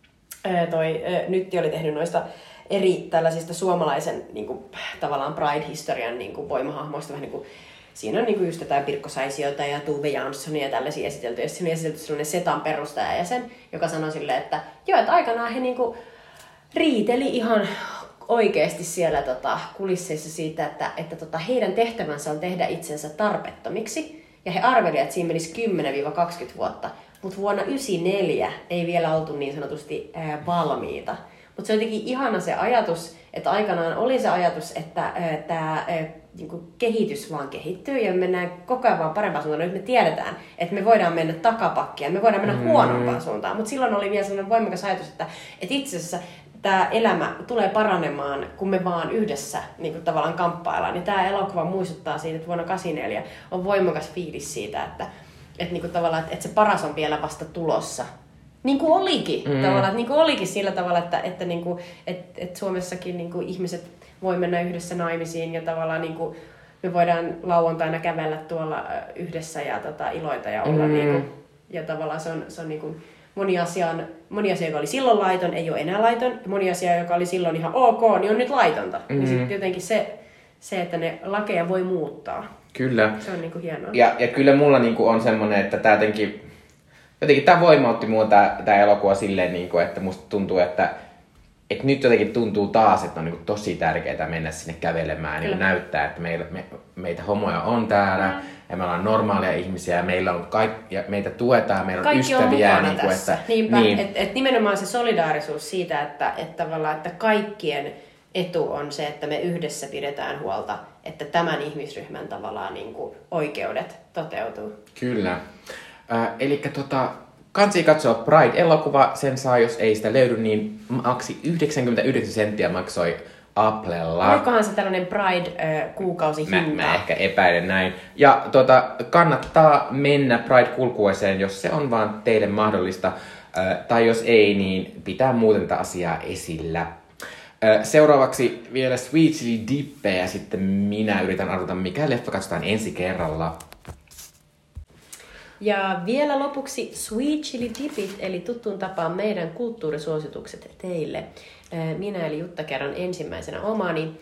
äh, toi äh, Nytti oli tehnyt noista eri tällaisista suomalaisen niin kuin, tavallaan Pride-historian niin kuin voimahahmoista vähän niin kuin siinä on niinku just jotain Pirkko Saisiota ja Tuve Janssonia ja tällaisia esitelty. Ja siinä on esitelty sellainen Setan perustajajäsen, joka sanoi silleen, että joo, että aikanaan he niinku riiteli ihan oikeasti siellä tota, kulisseissa siitä, että, että tota, heidän tehtävänsä on tehdä itsensä tarpeettomiksi. Ja he arvelivat, että siinä menisi kymmenen kaksikymmentä vuotta. Mutta vuonna yhdeksänkymmentäneljä ei vielä oltu niin sanotusti ää, valmiita. Mutta se on jotenkin ihana se ajatus, että aikanaan oli se ajatus, että tämä niinku kehitys vaan kehittyy ja me mennään koko ajan vaan parempaan suuntaan. Nyt me tiedetään, että me voidaan mennä takapakkia, me voidaan mennä mm. huonompaan suuntaan. Mutta silloin oli vielä sellainen voimakas ajatus, että, että itse asiassa tämä elämä tulee paranemaan, kun me vaan yhdessä niin kuin tavallaan kamppaillaan. Ja tämä elokuva muistuttaa siitä, että vuonna kahdeksankymmentäneljä on voimakas fiilis siitä, että, että, niin kuin tavallaan, että, että se paras on vielä vasta tulossa. Niin kuin olikin. Mm. Tavallaan, että niin kuin olikin sillä tavalla, että, että, niin kuin, että, että Suomessakin niin kuin ihmiset voi mennä yhdessä naimisiin ja tavallaan niin kuin me voidaan lauantaina kävellä tuolla yhdessä ja tota, iloita ja olla mm. niin kuin, ja tavallaan se on, se on niin kuin moni asia, on, moni asia, joka oli silloin laiton, ei ole enää laiton. Ja moni asia, joka oli silloin ihan ok, niin on nyt laitonta. Mm-hmm. Niin sitten jotenkin se, se, että ne lakeja voi muuttaa. Kyllä. Se on niinku hienoa. Ja, ja kyllä mulla niinku on semmoinen, että tää jotenkin, jotenkin tää voimautti mua tää, tää elokuva silleen, niinku, että musta tuntuu, että et nyt jotenkin tuntuu taas, että on niinku tosi tärkeää mennä sinne kävelemään ja näyttää, että meillä, me, meitä homoja on täällä mm. ja me ollaan normaalia ihmisiä ja meillä on kaik, ja meitä tuetaan, meillä on kaikki ystäviä. On niinku, tässä. Että, Niinpä, niin. että et nimenomaan se solidaarisuus siitä, että, että, tavallaan, että kaikkien etu on se, että me yhdessä pidetään huolta, että tämän ihmisryhmän tavallaan niin kuin oikeudet toteutuu. Kyllä. Äh, eli tota, kansi katsoa Pride-elokuva, sen saa, jos ei sitä löydy, niin maksi yhdeksänkymmentäyhdeksän senttiä maksoi Applella. Olikohan se tällainen Pride-kuukausihinta? Mä, mä ehkä epäilen näin. Ja tota, kannattaa mennä Pride-kulkueeseen, jos se on vaan teille mahdollista. Äh, tai jos ei, niin pitää muuten tätä asiaa esillä. Seuraavaksi vielä Sweet Chili Dippe ja sitten minä yritän arvata, mikä leffa katsotaan ensi kerralla. Ja vielä lopuksi Sweet Chili Dipit, eli tuttuun tapaan meidän kulttuurisuositukset teille. Minä eli Jutta kerran ensimmäisenä omani.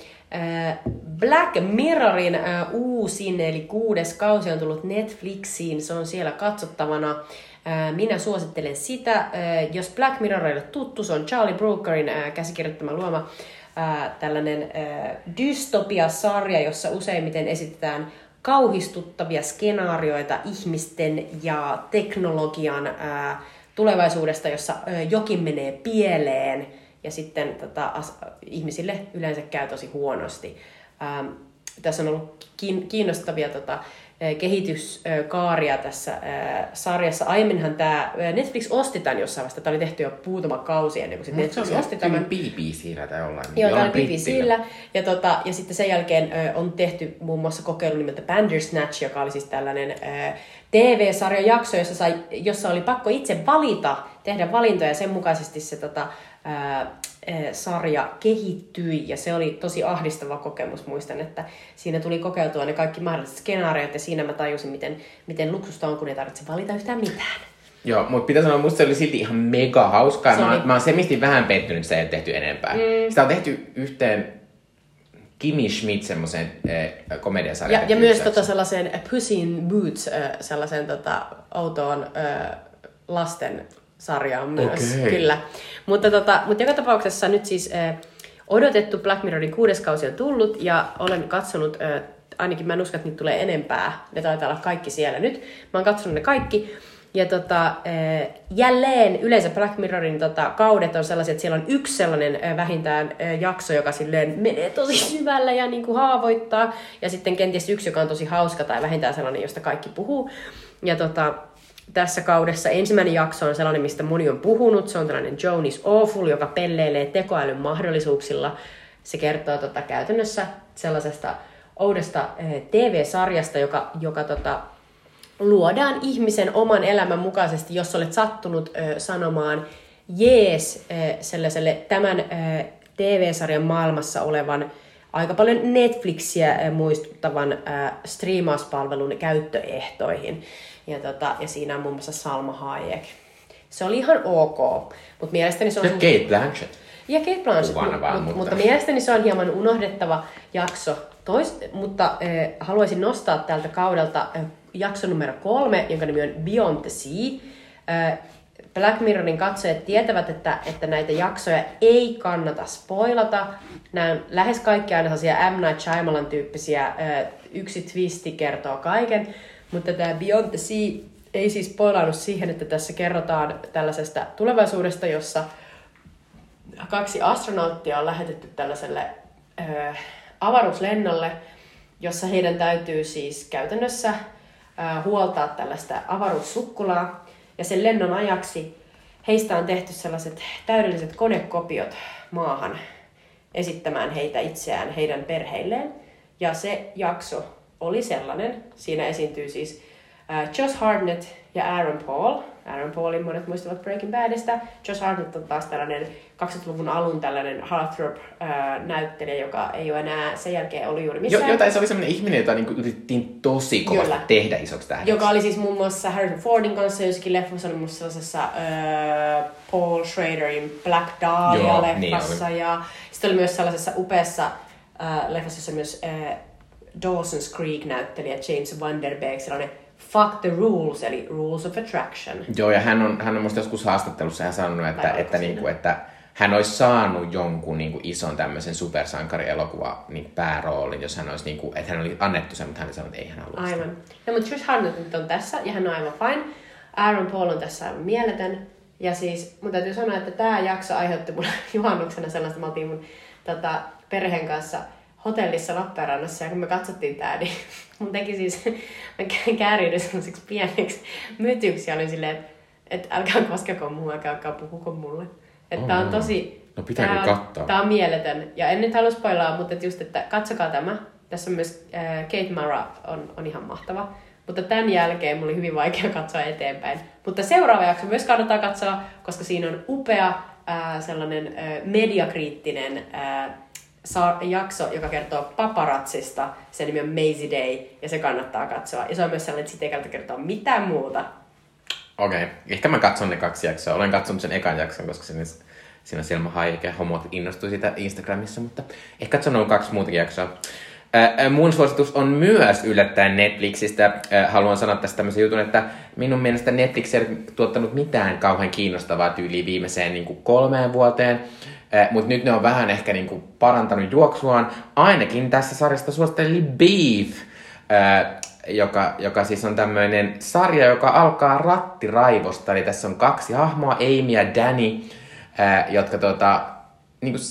Black Mirrorin uusin, eli kuudes kausi on tullut Netflixiin. Se on siellä katsottavana. Minä suosittelen sitä. Jos Black Mirror ei ole tuttu, se on Charlie Brookerin käsikirjoittama luoma tällainen dystopia-sarja, jossa useimmiten esitetään kauhistuttavia skenaarioita ihmisten ja teknologian tulevaisuudesta, jossa jokin menee pieleen ja sitten tota, as, ihmisille yleensä käy tosi huonosti. Ähm, tässä on ollut kiinnostavia tota, kehityskaaria tässä äh, sarjassa. Aiemminhan tämä Netflix osti tämän jossain vasta. Tämä oli tehty jo muutama kausi ennen kuin sit Netflix osti tämän. B B C:llä tai jollain. Joo, tämä oli B B C:llä. Ja, tota, ja sitten sen jälkeen äh, on tehty muun muassa kokeilu nimeltä Bandersnatch, joka oli siis tällainen äh, T V-sarjan jakso, jossa, sai, jossa oli pakko itse valita, tehdä valintoja ja sen mukaisesti se tota, äh, sarja kehittyi ja se oli tosi ahdistava kokemus. Muistan, että siinä tuli kokeiltua ne kaikki mahdolliset skenaariot ja siinä mä tajusin, miten, miten luksusta on, kun ei tarvitse valita yhtään mitään. Joo, mutta pitää sanoa, musta se oli silti ihan mega hauskaa. Mä, oli... mä oon semisti vähän pettynyt, että se ei tehty enempää. Mm. Sitä on tehty yhteen Kimi Schmidt semmoisen äh, komediasarjan. Ja, ja myös tota sellaisen Puss in Boots, äh, sellaisen tota, outoon äh, lasten sarjaan myös, okay. Kyllä. Mutta, tota, mutta joka tapauksessa nyt siis äh, odotettu Black Mirrorin kuudes kausi on tullut ja olen katsonut, äh, ainakin mä en usko, että niitä tulee enempää, ne taitaa olla kaikki siellä nyt. Mä oon katsonut ne kaikki ja tota, äh, jälleen yleensä Black Mirrorin tota, kaudet on sellaisia, että siellä on yksi sellainen äh, vähintään äh, jakso, joka silleen menee tosi syvällä ja niin kuin haavoittaa ja sitten kenties yksi, joka on tosi hauska tai vähintään sellainen, josta kaikki puhuu. Ja tota, tässä kaudessa ensimmäinen jakso on sellainen, mistä moni on puhunut. Se on tällainen Joan is Awful, joka pelleilee tekoälyn mahdollisuuksilla. Se kertoo tota, käytännössä sellaisesta oudosta T V-sarjasta, joka, joka tota, luodaan ihmisen oman elämän mukaisesti, jos olet sattunut ö, sanomaan jees ö, sellaiselle tämän ö, T V-sarjan maailmassa olevan aika paljon Netflixiä ö, muistuttavan ö, striimauspalvelun käyttöehtoihin. Ja, tota, ja siinä on muun muassa Salma Hayek. Se oli ihan ok, mutta mielestäni se on... Ja Cate Blanchett. Ja Cate Blanchett, vaan, mutta, mutta... mutta mielestäni se on hieman unohdettava jakso. Tois, mutta äh, haluaisin nostaa tältä kaudelta äh, jakso numero kolme, jonka nimi on Beyond the Sea. Äh, Black Mirrorin katsojat tietävät, että, että näitä jaksoja ei kannata spoilata. Nämä on lähes kaikki aina sellaisia M. Night Shyamalan tyyppisiä, äh, yksi twisti kertoo kaiken. Mutta tämä Beyond the Sea ei siis spoilannut siihen, että tässä kerrotaan tällaisesta tulevaisuudesta, jossa kaksi astronauttia on lähetetty tällaiselle ö, avaruuslennolle, jossa heidän täytyy siis käytännössä ö, huoltaa tällaista avaruussukkulaa. Ja sen lennon ajaksi heistä on tehty sellaiset täydelliset konekopiot maahan esittämään heitä itseään heidän perheilleen. Ja se jakso oli sellainen. Siinä esiintyy siis uh, Josh Hartnett ja Aaron Paul. Uh, Aaron Paulin monet muistavat Breaking Badista. Josh Hartnett on taas tällainen kaksikymmentäluvun alun tällainen heartthrob-näyttelijä, joka ei ole enää sen jälkeen ollut juuri missään. Jo, jotain se oli sellainen ihminen, jota niinku yritettiin tosi kovasti Kyllä. tehdä isoksi tähdeksi. Joka oli siis muun muassa Harrison Fordin kanssa jossakin leffassa, oli musta sellaisessa uh, Paul Schraderin Black Dahlia-leffassa. Niin ja sitten oli myös sellaisessa upeassa uh, leffassa, jossa myös uh, Dawson's Creek-näyttelijä James Van Der Beek, sellainen Fuck the Rules, eli Rules of Attraction. Joo, ja hän on, hän on musta joskus haastattelussa hän sanonut, että, että, niinku, että hän olisi saanut jonkun niinku ison tämmöisen supersankarielokuva niin pääroolin, jos hän olisi, niinku, että hän oli annettu sen, mutta hän sanoi, että ei hän halua Aivan. No, mutta Trish Hartnett on tässä, ja hän on aivan fine. Aaron Paul on tässä aivan mieletön. Ja siis mun täytyy sanoa, että tämä jakso aiheutti mulle juhannuksena sellaista, mä oltiin mun tota, perheen kanssa hotellissa Lappeenrannassa, ja kun me katsottiin tää, niin mun teki siis, mä kääriydyin sellaiseksi pieneksi mytyksi, ja olin silleen, että et älkää koskeko muuhun, älkää, älkää puhuko mulle. Että oh, tää on tosi... No pitääkö katsoa? Tää on mieletön. Ja en nyt halua spoilaa, mutta et just, että katsokaa tämä. Tässä on myös äh, Kate Mara on, on ihan mahtava. Mutta tämän jälkeen mulla oli hyvin vaikea katsoa eteenpäin. Mutta seuraava jakso myös kannattaa katsoa, koska siinä on upea äh, sellainen äh, mediakriittinen äh, jakso, joka kertoo paparazzista. Sen nimi on Maisie Day, ja se kannattaa katsoa. Ja se on myös sellainen, että siitä ei kannata kertoa mitään muuta. Okei, okay. Ehkä mä katson ne kaksi jaksoa. Olen katsonut sen ekan jakson, koska siinä, siinä Selma Hayek ja homot innostui siitä Instagramissa, mutta ehkä katson noin kaksi muutakin jaksoa. Äh, mun suositus on myös yllättäen Netflixistä. Äh, haluan sanoa tästä tämmöisen jutun, että minun mielestä Netflix ei tuottanut mitään kauhean kiinnostavaa tyyliä viimeiseen niin kuin kolmeen vuoteen. Eh, Mutta nyt ne on vähän ehkä niinku parantanut juoksuaan. Ainakin tässä sarjasta suositteli Beef, eh, joka, joka siis on tämmöinen sarja, joka alkaa rattiraivosta. Eli tässä on kaksi hahmoa, Amy ja Danny, eh, jotka tota, niinku,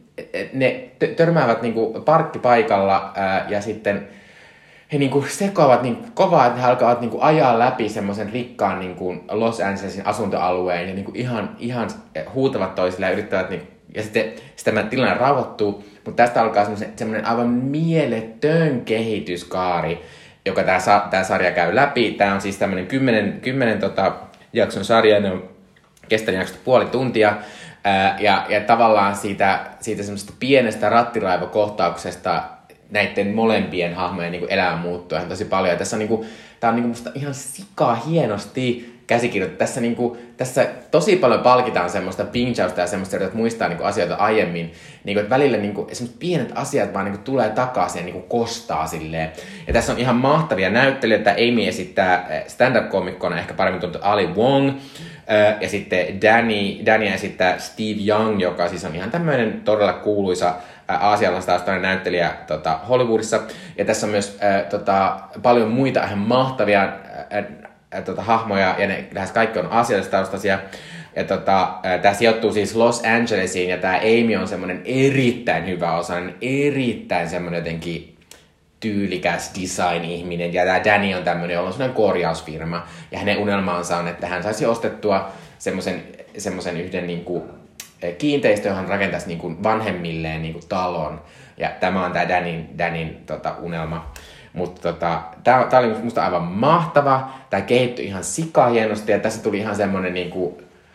ne törmäävät niinku parkkipaikalla eh, ja sitten he niinku sekoavat niin kovaa, että he alkavat niinku ajaa läpi semmoisen rikkaan niinku Los Angelesin asuntoalueen ja niinku ihan, ihan huutavat toisilleen ja yrittävät niinku. Ja sitten, sitten tämä tilanne rauhoittuu, mutta tästä alkaa semmoinen aivan mieletön kehityskaari, joka tämä, tämä sarja käy läpi. Tämä on siis tämmöinen kymmenen, kymmenen tota, jakson sarja, ne on kestänyt jaksosta puoli tuntia. Ää, ja, ja tavallaan siitä, siitä semmoisesta pienestä rattiraivokohtauksesta näiden molempien hahmojen niin kuin elämä muuttuu ihan tosi paljon. Ja tässä on, niin kuin, tämä on niin kuin musta ihan sikaa hienosti käsikirjoitettu. Tässä, niin kuin, tässä tosi paljon palkitaan semmoista pinchausta ja semmoista, että muistaa niin kuin asioita aiemmin. Niin kuin, että välillä niin kuin, semmoiset pienet asiat vaan niin kuin, tulee takaisin ja niin kuin, kostaa silleen. Ja tässä on ihan mahtavia näyttelijöitä. Amy esittää stand-up-komikkona ehkä paremmin tuntuu Ali Wong. Ja sitten Danny, Danny esittää Steve Young, joka siis on ihan tämmöinen todella kuuluisa aasialaistaustainen näyttelijä tota, Hollywoodissa. Ja tässä on myös ää, tota, paljon muita ihan mahtavia ää, ää, tota, hahmoja, ja ne lähes kaikki on aasialaistaustaisia. Ja tota, tämä sijoittuu siis Los Angelesiin, ja tämä Amy on semmoinen erittäin hyvä osainen, erittäin semmoinen jotenkin tyylikäs design-ihminen, ja tämä Danny on tämmöinen, jolla on semmoinen korjausfirma, ja hänen unelmaansa on, että hän saisi ostettua semmoisen, semmoisen yhden niin kuin kiinteistö, johon rakentaisi niin kuin vanhemmilleen niin kuin talon. Ja tämä on tämä Danin, Danin tota, unelma. Mutta tota, tämä oli musta aivan mahtava. Tämä kehittyi ihan sika hienosti ja tässä tuli ihan semmoinen niin kuin,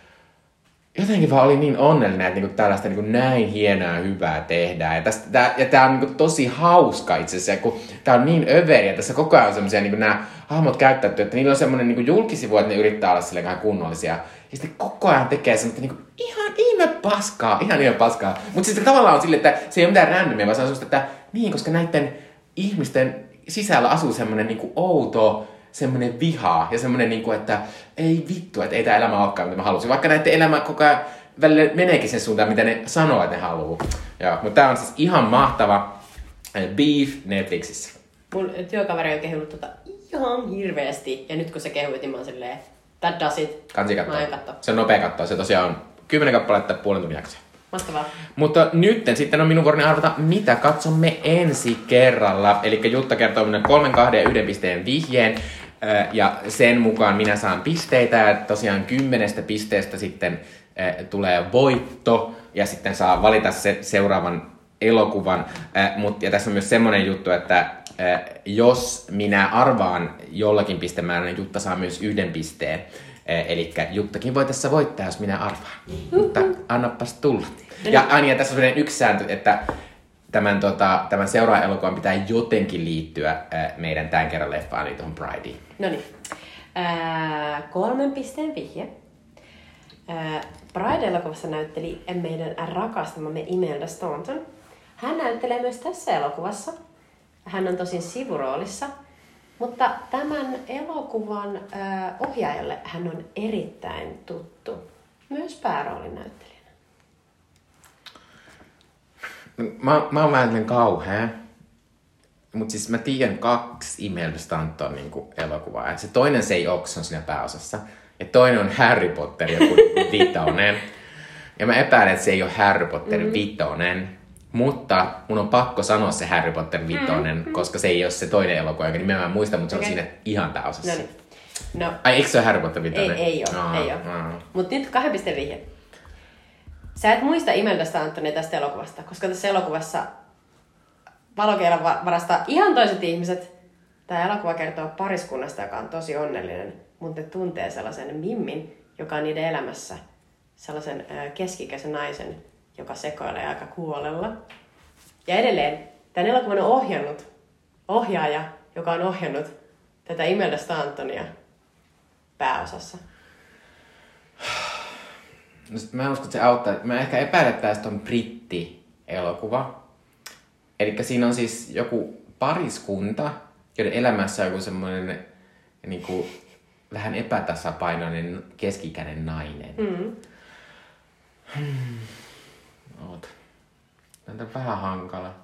jotenkin vaan oli niin onnellinen, että niinku tällaista niinku näin hienoa hyvää tehdään. Ja, tästä, tää, ja tää on niinku tosi hauska itse asiassa, kun tää on niin överi ja tässä koko ajan on semmosia niinku nämä hahmot käyttäytyy, että niillä on semmoinen niinku julkisivu, että ne yrittää olla silleen vähän kunnollisia. Ja sitten koko ajan tekee semmoista niinku ihan ihme paskaa, ihan ihme paskaa. Mutta sitten tavallaan on silleen, että se ei ole mitään randomia, vaan se on semmoista, että niin, koska näiden ihmisten sisällä asuu semmoinen niinku outo, semmoinen viha ja semmoinen, niinku, että ei vittu, että ei tämä elämä olekaan, mitä mä halusin. Vaikka näiden elämä koko ajan välillä meneekin sen suuntaan, mitä ne sanoo, että ne haluaa. Mutta tämä on siis ihan mahtava Beef Netflixissä. Mun työkaveri on kehunut tota ihan hirveästi. Ja nyt kun se kehuit, niin mä oon silleen, that does it. Kansi katsoa. Se on nopea katsoa. Se tosiaan on kymmenen kappaletta puolen tunnin jaksoa. Mahtavaa. Mutta nyt sitten on minun vuoroni arvata, mitä katsomme ensi kerralla. Eli Jutta kertoo minun kolmen, kahden ja yhden pisteen vihjeen. Ja sen mukaan minä saan pisteitä. Ja tosiaan kymmenestä pisteestä sitten tulee voitto. Ja sitten saa valita se seuraavan elokuvan. Ja tässä on myös semmoinen juttu, että jos minä arvaan jollakin pistemäärällä, niin Jutta saa myös yhden pisteen. Eli Juttakin voi tässä voittaa, jos minä arvaan. Mutta annapas tulla. Ja Anja, tässä on yksi sääntö, että tämän, tota, tämän seuraavan elokuvan pitää jotenkin liittyä äh, meidän tämän kerran leffaan, eli tuohon Prideen. No niin. Äh, kolmen pisteen vihje. Äh, Pride-elokuvassa näytteli meidän rakastamamme Imelda Staunton. Hän näyttelee myös tässä elokuvassa. Hän on tosin sivuroolissa. Mutta tämän elokuvan äh, ohjaajalle hän on erittäin tuttu. Myös pääroolin näyttelijänä. Mä, mä oon vähän kauhea. Mut siis mä tiedän kaksi Imelda Staunton niinku elokuvaa. Et se toinen se ei oo, se on siinä pääosassa. Ja toinen on Harry Potter, joku vitonen. Ja mä epäilen, että se ei ole Harry Potter mm-hmm. vitonen. Mutta mun on pakko sanoa se Harry Potter vitonen, mm-hmm. koska se ei ole se toinen elokuva, jonka nimeä mä en muista, mutta se okay. on siinä ihan pääosassa. Noniin. No. Ai, eikö se ole Harry Potter vitonen? Ei, ei ole. Oh, ei ole. Oh. Mutta nyt kahden pisteen vihje. Sä et muista Imelda Stauntonia tästä elokuvasta, koska tässä elokuvassa valokeilan varastaa ihan toiset ihmiset. Tämä elokuva kertoo pariskunnasta, joka on tosi onnellinen, mutta ne tuntee sellaisen mimmin, joka on niiden elämässä. Sellaisen keski-ikäisen naisen, joka sekoilee aika kuolella. Ja edelleen, tämän elokuvan on ohjannut ohjaaja, joka on ohjannut tätä Imelda Stauntonia pääosassa. No mä en usko, että se auttaa. Mä ehkä epäilen, että tästä on britti-elokuva. Eli siinä on siis joku pariskunta, joiden elämässä on joku semmoinen niin kuin, vähän epätasapainoinen keski-ikäinen nainen. Mm. Hmm. Oota. Tämä on vähän hankala.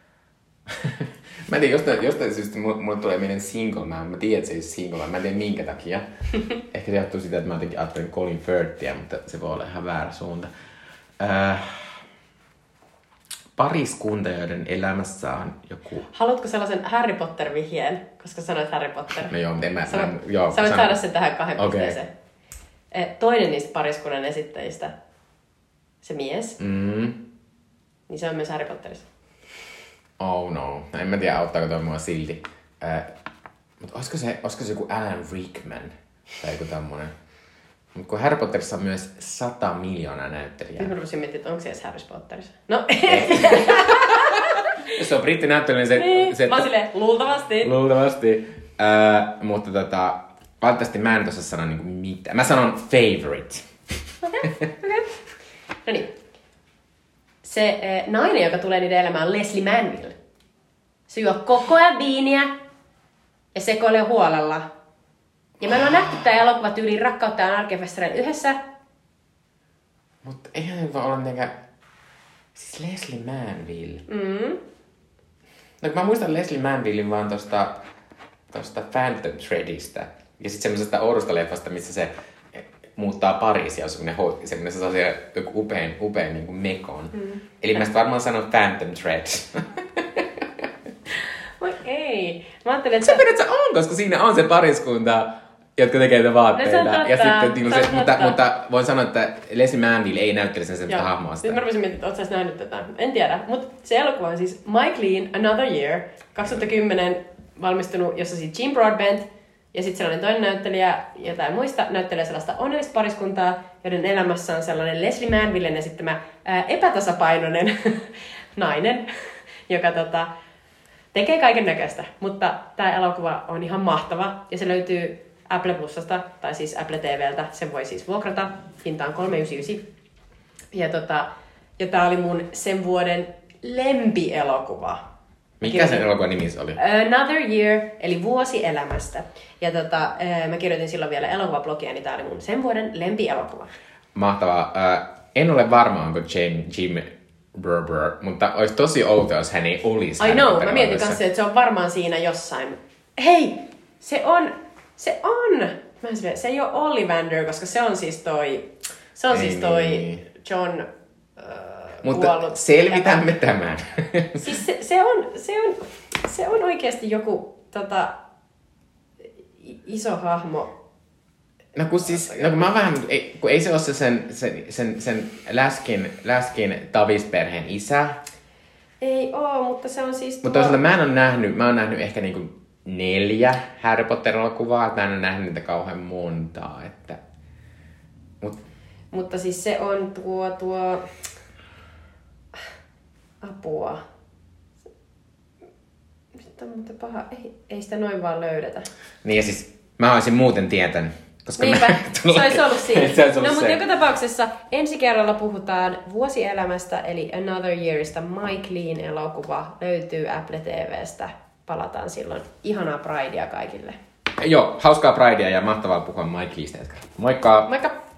Mä en tiedä, jostain, jostain syystä mulle tulee mieleen Single Man. Mä tiedän, että se ei ole Single Man. Mä en tiedä minkä takia. Ehkä se johtuu siitä, että mä jotenkin ajattelin Colin Firthia, mutta se voi olla ihan väärä suunta. Äh, pariskunta, joiden elämässä on joku... Haluatko sellaisen Harry Potter-vihjeen? Koska sanoit Harry Potter. No joo, mutta en mä... Sano, mä joo, sä voit sanon. saada sen tähän kahden okay. pisteeseen. Toinen niistä pariskunnan esittäjistä, se mies, mm. niin se on myös Harry Potterissa. Oh no. En mä tiedä, auttaako toi mua silti. Äh, mutta olisiko se, olisiko se joku Alan Rickman? Tai joku tämmönen. Mutta kun Harry Potterissa on myös sata miljoonaa näyttelijää. Nyt mä rupesin miettimään, että onko se edes Harry Potterissa. No jos se on brittinäyttelijä, niin se... Niin, se mä oon silleen, luultavasti. Luultavasti. Äh, mutta tota... Valitettavasti mä en tuossa sano niinku mitään. Mä sanon favorite. Okei, okay, okei. Okay. No niin. Se äh, nainen, joka tulee niiden elämään, on Leslie Manville. Se juo koko ajan viiniä ja sekoilee huolella. Ja me ollaan nähty tää elokuva tyyliin Rakkautta ja arkefestareilla yhdessä. Mutta eihän se voi olla mitenkään... Siis Leslie Manville. Mm. No mä muistan Leslie Manvillein vaan tosta, tosta Phantom Threadista. Ja sit semmosesta oudosta leffasta, missä se muuttaa Pariisia, jos semmonen, semmonen se saa siellä joku upean, upean niin kuin mekon. Mm. Eli mä sit varmaan sanon Phantom Thread. Voi ei. Mä ajattelin, että... Se periaatteessa on, koska siinä on se pariskunta, jotka tekee niitä vaatteita. No, se on totta, ja sitten, niin se, se mutta, mutta voin sanoa, että Leslie Manville ei näyttele sen semmoista hahmoa. Nyt mä rupesin miettimään, että oot sä nähnyt tätä. En tiedä, mutta se elokuva on siis Mike Lean Another Year, kaksituhattakymmenen valmistunut, jossa siis Jim Broadbent ja sitten sellainen toinen näyttelijä, jotain muista, näyttelee sellaista onnellista pariskuntaa, joiden elämässä on sellainen Leslie Manvillen esittämä ää, epätasapainoinen nainen, joka tota, tekee kaiken näköistä. Mutta tämä elokuva on ihan mahtava ja se löytyy Apple Plusasta, tai siis Apple T V:ltä. Sen voi siis vuokrata. Hinta on kolme yhdeksänkymmentäyhdeksän. Ja, tota, ja tää oli mun sen vuoden lempielokuva. Mikä sen elokuvan nimi oli? Another Year, eli Vuosi elämästä. Ja tota, mä kirjoitin silloin vielä elokuvablogia, niin tää oli mun sen vuoden lempielokuva. Mahtavaa. En ole varma, onko Jim, Jim Berber, mutta olisi tosi outoa, jos hän ei olisi. I know, mä mietin kanssa, että se on varmaan siinä jossain. Hei, se on, se on. Mä en se ei ole Ollivander, koska se on siis toi, se on ei siis toi niin. John äh, mutta kuollut. selvitämme tämän. Siis se, se, on, se, on, se on oikeasti joku tota, iso hahmo. No kun siis, no kun mä vähän, ei, kun ei se ole se sen, sen, sen, sen läskin, läskin Tavis-perheen isä. Ei oo, mutta se on siis... Mutta tuo... toisaalta mä en ole nähnyt, mä oon nähnyt ehkä niinku neljä Harry Potter-elokuvaa, että mä en ole nähnyt niitä kauhean montaa, että... Mutta siis se on tuo, tuo... Apua. Nyt on muuten paha. Ei, ei sitä noin vaan löydetä. Niin ja siis mä olisin muuten tietänyt. Koska Niinpä, mä, se olisi ollut siinä. se olisi ollut no, mutta se. joka tapauksessa ensi kerralla puhutaan vuosielämästä, eli Another Yearista. Mike Lean elokuva löytyy Apple T V:stä. Palataan silloin. Ihanaa Pridea kaikille. Joo, hauskaa Pridea ja mahtavaa puhua Mike Leasta. Moikka! Moikka!